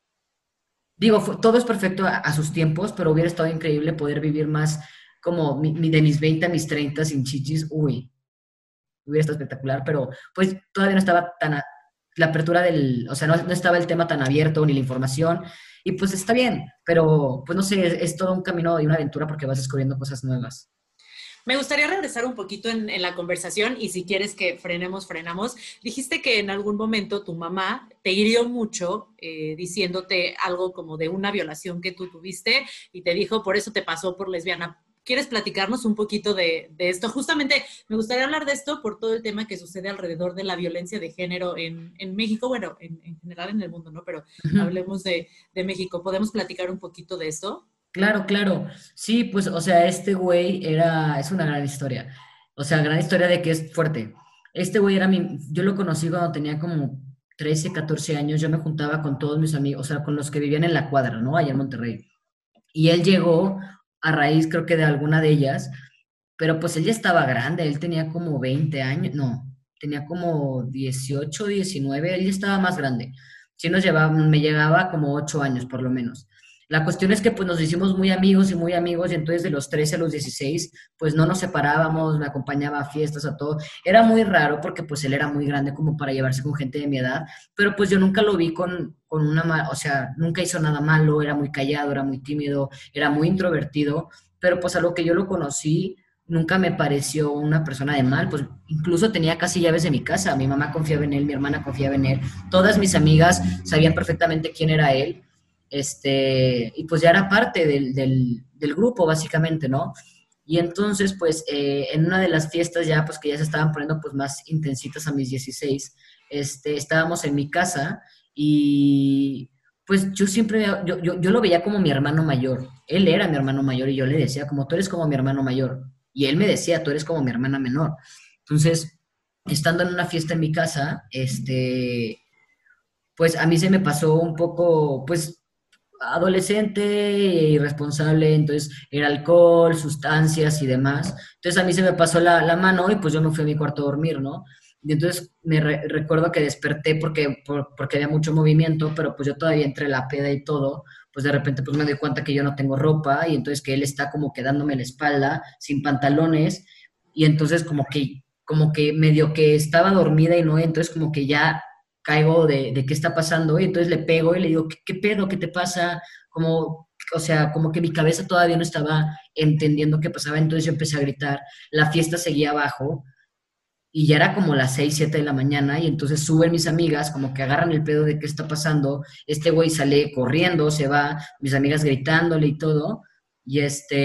digo, fue- todo es perfecto a, a sus tiempos, pero hubiera estado increíble poder vivir más como mi, mi- de mis veinte a mis treinta sin chichis. Uy, hubiera estado espectacular, pero pues todavía no estaba tan, a- la apertura del, o sea, no, no estaba el tema tan abierto ni la información, y pues está bien, pero pues no sé, es, es todo un camino y una aventura porque vas descubriendo cosas nuevas. Me gustaría regresar un poquito en, en, la conversación y si quieres que frenemos, frenamos. Dijiste que en algún momento tu mamá te hirió mucho eh, diciéndote algo como de una violación que tú tuviste y te dijo, por eso te pasó por lesbiana. ¿Quieres platicarnos un poquito de, de esto? Justamente me gustaría hablar de esto por todo el tema que sucede alrededor de la violencia de género en, en México, bueno, en, en, general en el mundo, ¿no? Pero Ujú. hablemos de, de México. ¿Podemos platicar un poquito de esto? Claro, claro. Sí, pues, o sea, este güey era, es una gran historia. O sea, gran historia de que es fuerte. Este güey era mi, yo lo conocí cuando tenía como trece, catorce años. Yo me juntaba con todos mis amigos, o sea, con los que vivían en la cuadra, ¿no? Allá en Monterrey. Y él llegó a raíz, creo que de alguna de ellas, pero pues él ya estaba grande, él tenía como veinte años, no, tenía como dieciocho, diecinueve, él ya estaba más grande. Sí nos llevaba, me llegaba como ocho años por lo menos. La cuestión es que pues nos hicimos muy amigos y muy amigos y entonces de los trece a los dieciséis pues no nos separábamos, me acompañaba a fiestas, a todo. Era muy raro porque pues él era muy grande como para llevarse con gente de mi edad, pero pues yo nunca lo vi con, con una, ma- o sea, nunca hizo nada malo, era muy callado, era muy tímido, era muy introvertido, pero pues a lo que yo lo conocí nunca me pareció una persona de mal, pues incluso tenía casi llaves de mi casa, mi mamá confiaba en él, mi hermana confiaba en él, todas mis amigas sabían perfectamente quién era él, este, y pues ya era parte del, del, del grupo básicamente, ¿no? Y entonces, pues, eh, en una de las fiestas ya, pues, que ya se estaban poniendo, pues, más intensitas a mis dieciséis, este, estábamos en mi casa y, pues, yo siempre, yo, yo, yo lo veía como mi hermano mayor. Él era mi hermano mayor y yo le decía, como tú eres como mi hermano mayor. Y él me decía, tú eres como mi hermana menor. Entonces, estando en una fiesta en mi casa, este, pues a mí se me pasó un poco, pues adolescente e irresponsable, entonces era alcohol, sustancias y demás. Entonces a mí se me pasó la, la mano y pues yo me fui a mi cuarto a dormir, ¿no? Y entonces me re- recuerdo que desperté porque, por- porque había mucho movimiento, pero pues yo todavía entre la peda y todo, pues de repente pues me doy cuenta que yo no tengo ropa y entonces que él está como quedándome la espalda, sin pantalones, y entonces como que, como que medio que estaba dormida y no, entonces como que ya caigo de, de qué está pasando, y entonces le pego y le digo, ¿qué, qué pedo? ¿Qué te pasa? Como, o sea, como que mi cabeza todavía no estaba entendiendo qué pasaba, entonces yo empecé a gritar, la fiesta seguía abajo, y ya era como las seis siete de la mañana, y entonces suben mis amigas, como que agarran el pedo de qué está pasando, este güey sale corriendo, se va, mis amigas gritándole y todo, y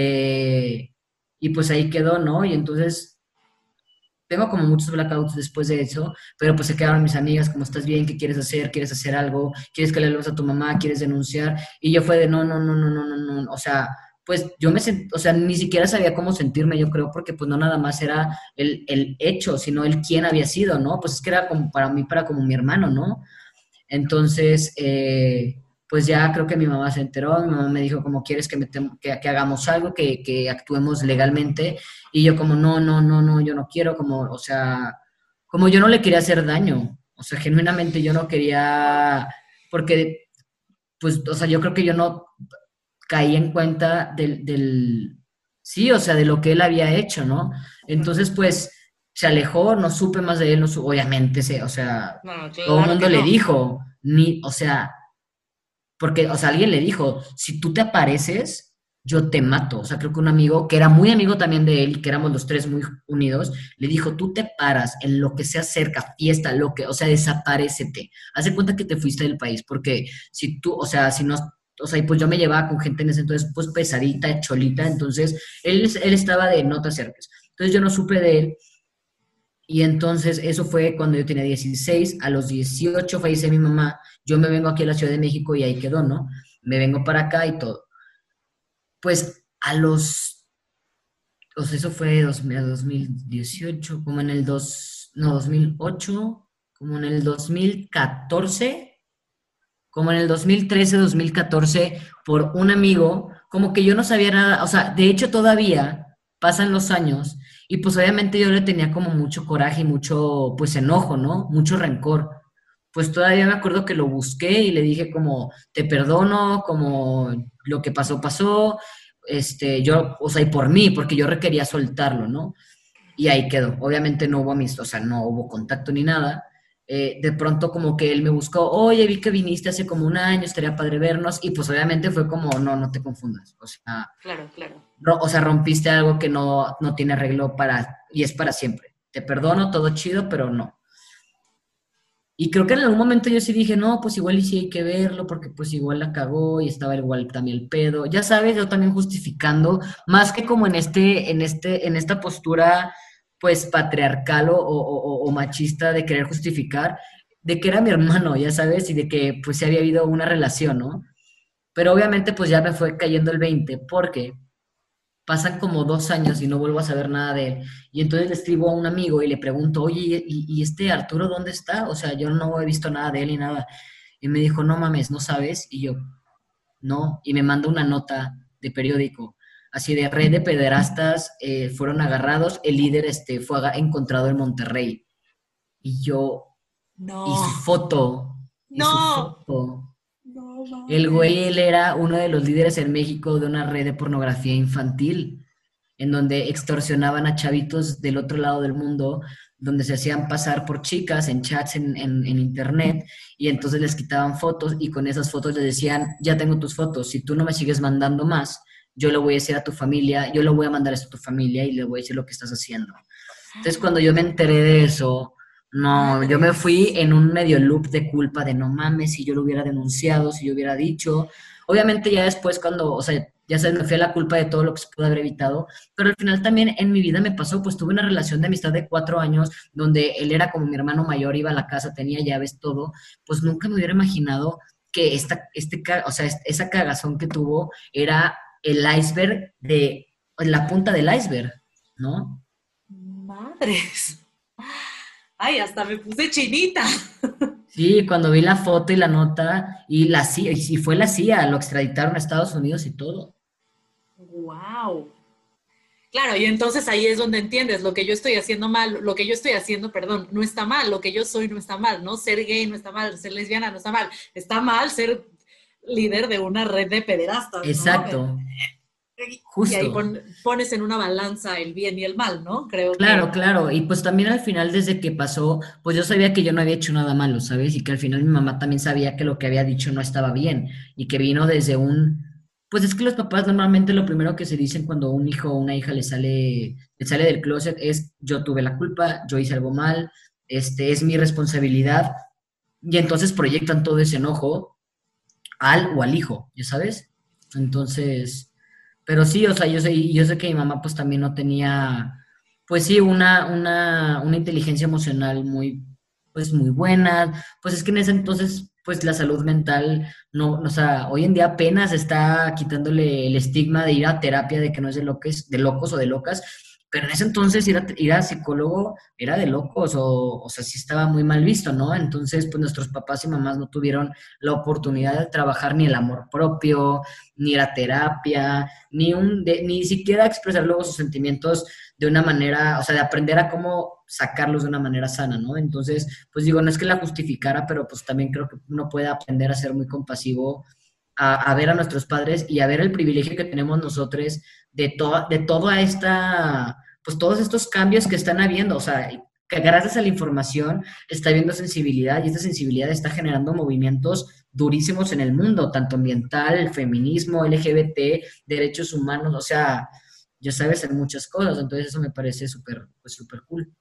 este, y pues ahí quedó, ¿no? Y entonces tengo como muchos blackouts después de eso, pero pues se quedaron mis amigas, como estás bien, ¿qué quieres hacer? ¿Quieres hacer algo? ¿Quieres que le hablemos a tu mamá? ¿Quieres denunciar? Y yo fue de no, no, no, no, no, no, no, o sea, pues yo me sent, o sea, ni siquiera sabía cómo sentirme, yo creo, porque pues no nada más era el, el hecho, sino el quién había sido, ¿no? Pues es que era como para mí, para como mi hermano, ¿no? Entonces, eh, pues ya creo que mi mamá se enteró, mi mamá me dijo como quieres que, metem- que, que hagamos algo, que, que actuemos legalmente, y yo como no, no, no, no, yo no quiero, como, o sea, como yo no le quería hacer daño, o sea, genuinamente yo no quería, porque, pues, o sea, yo creo que yo no caí en cuenta del, del, sí, o sea, de lo que él había hecho, ¿no? Entonces, pues, se alejó, no supe más de él, no su- obviamente, se, o sea, No, todo el claro mundo que le no. dijo, ni, o sea, porque, o sea, alguien le dijo, si tú te apareces, yo te mato. O sea, creo que un amigo, que era muy amigo también de él, que éramos los tres muy unidos, le dijo, tú te paras en lo que sea cerca, fiesta, lo que, o sea, desaparécete. Haz de cuenta que te fuiste del país, porque si tú, o sea, si no, o sea, y pues yo me llevaba con gente en ese entonces, pues pesadita, cholita, entonces él, él estaba de no te acerques. Entonces yo no supe de él, y entonces eso fue cuando yo tenía dieciséis, a los dieciocho fallece mi mamá, yo me vengo aquí a la Ciudad de México y ahí quedó, ¿no? Me vengo para acá y todo. Pues a los, o sea, eso fue dos mil dos mil dieciocho, como en el dos, no, dos mil ocho, como en el dos mil catorce, como en el dos mil trece, dos mil catorce, por un amigo, como que yo no sabía nada, o sea, de hecho todavía pasan los años y pues obviamente yo le tenía como mucho coraje y mucho, pues enojo, ¿no? Mucho rencor. Pues todavía me acuerdo que lo busqué y le dije como, te perdono, como lo que pasó, pasó, este, yo, o sea, y por mí, porque yo requería soltarlo, ¿no? Y ahí quedó. Obviamente no hubo amistad, o sea, no hubo contacto ni nada. Eh, de pronto como que él me buscó, oye, vi que viniste hace como un año, estaría padre vernos, y pues obviamente fue como, no, no te confundas, o sea, Claro, claro. ro- o sea, rompiste algo que no, no tiene arreglo para, y es para siempre. Te perdono, todo chido, pero no. Y creo que en algún momento yo sí dije, no, pues igual y sí hay que verlo, porque pues igual la cagó y estaba igual también el pedo. Ya sabes, yo también justificando, más que como en este, en este, en esta postura, pues patriarcal o, o- o- o machista de querer justificar, de que era mi hermano, ya sabes, y de que pues sí había habido una relación, ¿no? Pero obviamente pues ya me fue cayendo el veinte porque pasan como dos años y no vuelvo a saber nada de él. Y entonces le escribo a un amigo y le pregunto, oye, ¿y, y este Arturo dónde está? O sea, yo no he visto nada de él ni nada. Y me dijo, no mames, ¿no sabes? Y yo, no. Y me manda una nota de periódico, así de red de pederastas eh, fueron agarrados, el líder este, fue aga- encontrado en Monterrey. Y yo, y su No, foto, y su no, foto. no El güey, mames. él era uno de los líderes en México de una red de pornografía infantil en donde extorsionaban a chavitos del otro lado del mundo, donde se hacían pasar por chicas en chats en, en, en internet, y entonces les quitaban fotos y con esas fotos les decían, ya tengo tus fotos, si tú no me sigues mandando más, yo le voy a decir a tu familia, yo le voy a mandar esto a tu familia y le voy a decir lo que estás haciendo. Entonces cuando yo me enteré de eso, no, yo me fui Madres. en un medio loop de culpa de no mames, si yo lo hubiera denunciado, si yo hubiera dicho. Obviamente ya después cuando, o sea, ya se me fue la culpa de todo lo que se pudo haber evitado, pero al final también en mi vida me pasó, pues tuve una relación de amistad de cuatro años donde él era como mi hermano mayor, iba a la casa, tenía llaves, todo, pues nunca me hubiera imaginado que esta, este, ca- o sea, es- esa cagazón que tuvo era el iceberg de, la punta del iceberg, ¿no? Madres. Ay, hasta me puse chinita. Sí, cuando vi la foto y la nota, y la C I A, y sí fue la C I A, lo extraditaron a Estados Unidos y todo. Wow. Claro, y entonces ahí es donde entiendes lo que yo estoy haciendo mal, lo que yo estoy haciendo, perdón, no está mal, lo que yo soy no está mal, ¿no? Ser gay no está mal, ser lesbiana no está mal, está mal ser líder de una red de pederastas, ¿no? Exacto, Y ahí justo. pon, pones en una balanza el bien y el mal, ¿no? Creo Claro, que claro, y pues también al final desde que pasó, pues yo sabía que yo no había hecho nada malo, ¿sabes? Y que al final mi mamá también sabía que lo que había dicho no estaba bien y que vino desde un, pues es que los papás normalmente lo primero que se dicen cuando un hijo o una hija le sale, le sale del closet es yo tuve la culpa, yo hice algo mal, este es mi responsabilidad y entonces proyectan todo ese enojo al o al hijo, ¿ya sabes? Entonces, pero sí, o sea, yo sé, yo sé que mi mamá pues también no tenía, pues sí, una, una, una inteligencia emocional muy, pues muy buena, pues es que en ese entonces, pues la salud mental, no, o sea, hoy en día apenas está quitándole el estigma de ir a terapia, de que no es de locos, de locos o de locas, pero en ese entonces ir a, ir a psicólogo era de locos, o, o sea, sí estaba muy mal visto, ¿no? Entonces, pues nuestros papás y mamás no tuvieron la oportunidad de trabajar ni el amor propio, ni la terapia, ni un de- ni siquiera expresar luego sus sentimientos de una manera, o sea, de aprender a cómo sacarlos de una manera sana, ¿no? Entonces, pues digo, no es que la justificara, pero pues también creo que uno puede aprender a ser muy compasivo, a, a ver a nuestros padres y a ver el privilegio que tenemos nosotros de, to de toda esta, pues todos estos cambios que están habiendo, o sea, que gracias a la información está habiendo sensibilidad y esta sensibilidad está generando movimientos durísimos en el mundo, tanto ambiental, feminismo, L G B T, derechos humanos, o sea, ya sabes, en muchas cosas, entonces eso me parece súper, pues súper cool.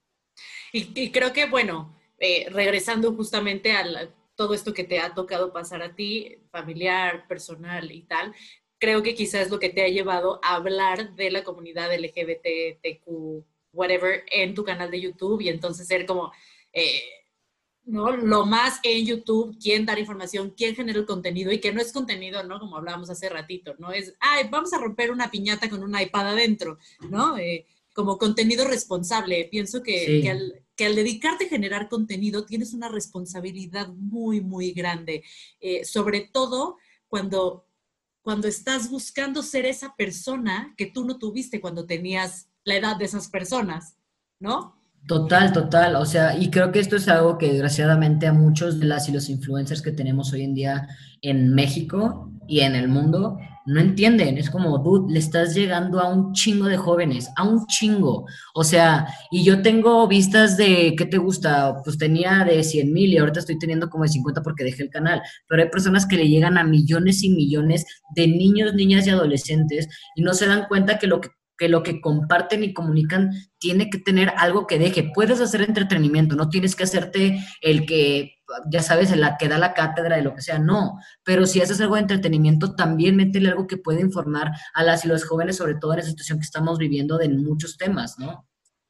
Y, y creo que, bueno, eh, regresando justamente a la, todo esto que te ha tocado pasar a ti, familiar, personal y tal, creo que quizás es lo que te ha llevado a hablar de la comunidad L G B T, T Q, whatever, en tu canal de YouTube y entonces ser como, eh, ¿no? Lo más en YouTube, quién dar información, quién genera el contenido y que no es contenido, ¿no? Como hablábamos hace ratito, ¿no? Es, ay, vamos a romper una piñata con un iPad adentro, ¿no? Eh, como contenido responsable. Pienso que, que, Sí, al, que al dedicarte a generar contenido tienes una responsabilidad muy, muy grande, eh, sobre todo cuando, cuando estás buscando ser esa persona que tú no tuviste cuando tenías la edad de esas personas, ¿no? total, total. O sea, y creo que esto es algo que desgraciadamente a muchos de las y los influencers que tenemos hoy en día en México y en el mundo no entienden. Es como, dude, le estás llegando a un chingo de jóvenes, a un chingo. O sea, y yo tengo vistas de, ¿qué te gusta? Pues tenía de cien mil y ahorita estoy teniendo como de cincuenta porque dejé el canal. Pero hay personas que le llegan a millones y millones de niños, niñas y adolescentes y no se dan cuenta que lo que que lo que comparten y comunican tiene que tener algo que deje. Puedes hacer entretenimiento, no tienes que hacerte el que, ya sabes, el que da la cátedra de lo que sea, no. Pero si haces algo de entretenimiento, también métele algo que pueda informar a las y los jóvenes, sobre todo en la situación que estamos viviendo de muchos temas, ¿no?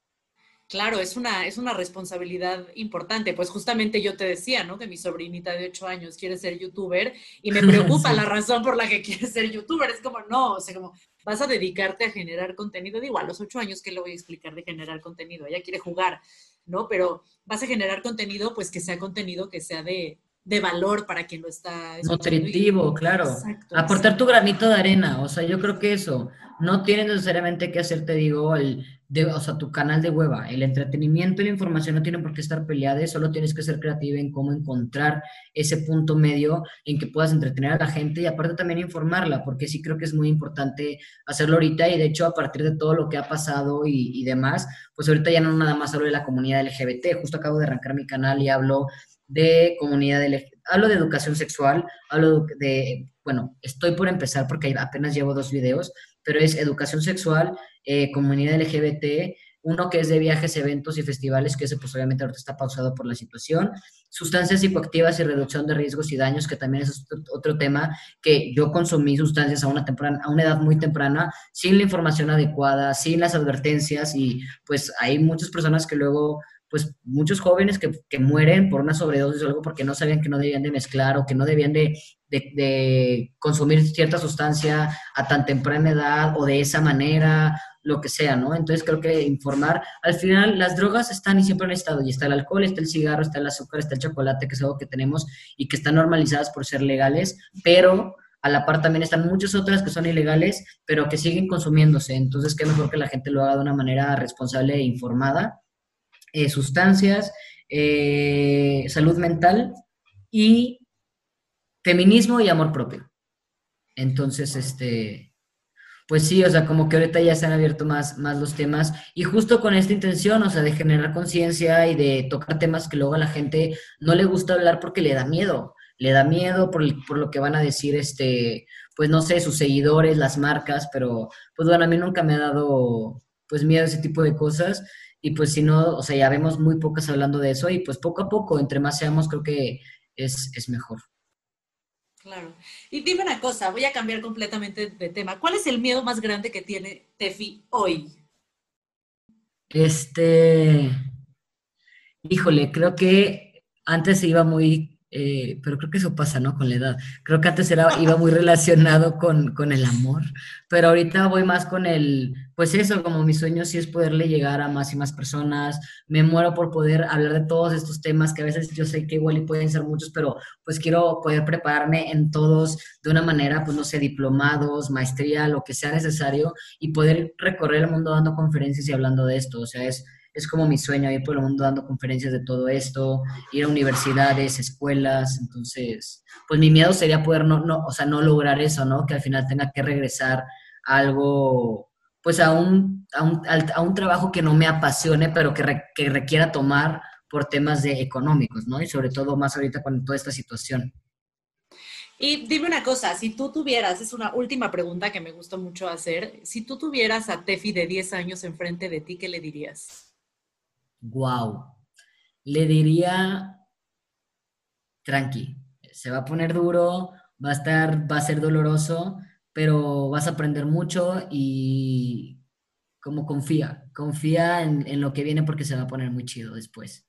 Claro, es una, es una responsabilidad importante. Pues justamente yo te decía, ¿no? Que mi sobrinita de ocho años quiere ser youtuber y me preocupa la Sí. razón por la que quiere ser youtuber. Es como, no, o sea, como vas a dedicarte a generar contenido. Digo, a los ocho años, ¿qué le voy a explicar de generar contenido? Ella quiere jugar, ¿no? Pero vas a generar contenido, pues que sea contenido que sea de, de valor para quien lo está escuchando. Y, Nutritivo, claro. exacto, Aportar tu exacto. granito de arena, o sea, yo creo que eso, no tienes necesariamente que hacer, te digo, el, de, o sea, tu canal de hueva, el entretenimiento y la información no tienen por qué estar peleadas, solo tienes que ser creativa en cómo encontrar ese punto medio en que puedas entretener a la gente y aparte también informarla, porque sí creo que es muy importante hacerlo ahorita y de hecho a partir de todo lo que ha pasado y, y demás, pues ahorita ya no nada más hablo de la comunidad L G B T, justo acabo de arrancar mi canal y hablo de comunidad L G B T, hablo de educación sexual, hablo de, bueno, estoy por empezar porque apenas llevo dos videos, pero es educación sexual, eh, comunidad L G B T, uno que es de viajes, eventos y festivales, que ese pues obviamente ahorita está pausado por la situación, sustancias psicoactivas y reducción de riesgos y daños, que también es otro tema, que yo consumí sustancias a una, temprana, a una edad muy temprana, sin la información adecuada, sin las advertencias, y pues hay muchas personas que luego pues muchos jóvenes que, que, mueren por una sobredosis o algo porque no sabían que no debían de mezclar o que no debían de, de, de consumir cierta sustancia a tan temprana edad o de esa manera, lo que sea, ¿no? Entonces creo que informar, al final las drogas están y siempre han estado, y está el alcohol, está el cigarro, está el azúcar, está el chocolate, que es algo que tenemos y que están normalizadas por ser legales, pero a la par también están muchas otras que son ilegales, pero que siguen consumiéndose, entonces qué mejor que la gente lo haga de una manera responsable e informada, eh, sustancias, eh, salud mental y feminismo y amor propio. Entonces, este, pues sí, o sea, como que ahorita ya se han abierto más, más los temas y justo con esta intención, o sea, de generar conciencia y de tocar temas que luego a la gente no le gusta hablar porque le da miedo, le da miedo por, el- por lo que van a decir, este, pues no sé, sus seguidores, las marcas, pero pues bueno, a mí nunca me ha dado pues miedo ese tipo de cosas y pues si no, o sea, ya vemos muy pocas hablando de eso y pues poco a poco, entre más seamos, creo que es, es mejor. Claro. Y dime una cosa, voy a cambiar completamente de tema. ¿Cuál es el miedo más grande que tiene Tefi hoy? Este, híjole, creo que antes se iba muy, eh, pero creo que eso pasa, ¿no? Con la edad. Creo que antes era, iba muy relacionado con, con el amor, pero ahorita voy más con el, pues eso, como mi sueño sí es poderle llegar a más y más personas. Me muero por poder hablar de todos estos temas que a veces yo sé que igual y pueden ser muchos, pero pues quiero poder prepararme en todos de una manera, pues no sé, diplomados, maestría, lo que sea necesario y poder recorrer el mundo dando conferencias y hablando de esto. O sea, es es como mi sueño ir por el mundo dando conferencias de todo esto, ir a universidades, escuelas, entonces, pues mi miedo sería poder no, no, o sea, no lograr eso, ¿no? Que al final tenga que regresar a algo, pues a un, a un, a un trabajo que no me apasione, pero que, re, que requiera tomar por temas de económicos, ¿no? Y sobre todo más ahorita con toda esta situación. Y dime una cosa, si tú tuvieras, es una última pregunta que me gusta mucho hacer, si tú tuvieras a Tefi de diez años enfrente de ti, ¿qué le dirías? Wow. Le diría tranqui, se va a poner duro, va a estar, va a ser doloroso, pero vas a aprender mucho y como confía, confía en, en lo que viene porque se va a poner muy chido después.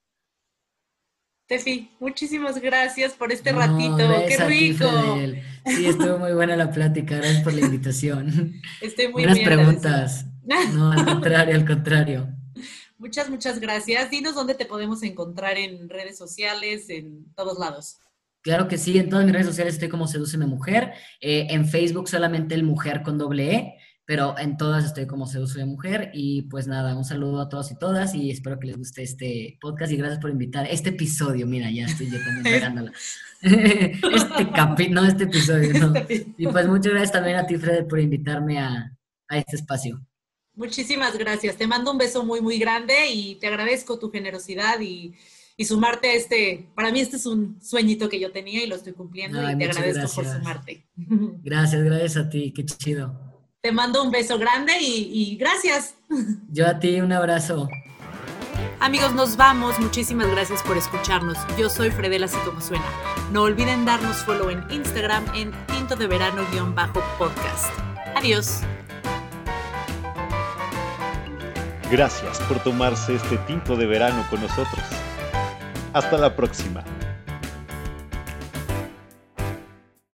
Tefi, muchísimas gracias por este No, ratito, qué gracias a ti, rico. Fredel. Sí, estuvo muy buena la plática, gracias por la invitación. Estoy muy, Buenas muy agradecida. preguntas. No, al contrario, al contrario. Muchas, muchas gracias. Dinos dónde te podemos encontrar en redes sociales, en todos lados. Claro que sí, en todas mis redes sociales estoy como Sedúceme Mujer, eh, en Facebook solamente el Mujer con doble E, pero en todas estoy como Sedúceme Mujer y pues nada, un saludo a todos y todas y espero que les guste este podcast y gracias por invitar, este episodio, mira, ya estoy yo también regándola, este capi, no este episodio, no, y pues muchas gracias también a ti, Fred, por invitarme a, a este espacio. Muchísimas gracias. Te mando un beso muy, muy grande y te agradezco tu generosidad y, y sumarte a este, para mí este es un sueñito que yo tenía y lo estoy cumpliendo Ay, y te muchas agradezco por gracias. sumarte. Gracias, gracias a ti, qué chido. Te mando un beso grande y, y gracias. Yo a ti un abrazo. Amigos, nos vamos. Muchísimas gracias por escucharnos. Yo soy Fredel, así como suena. No olviden darnos follow en Instagram en tinto de verano-podcast. Adiós. Gracias por tomarse este tinto de verano con nosotros. Hasta la próxima.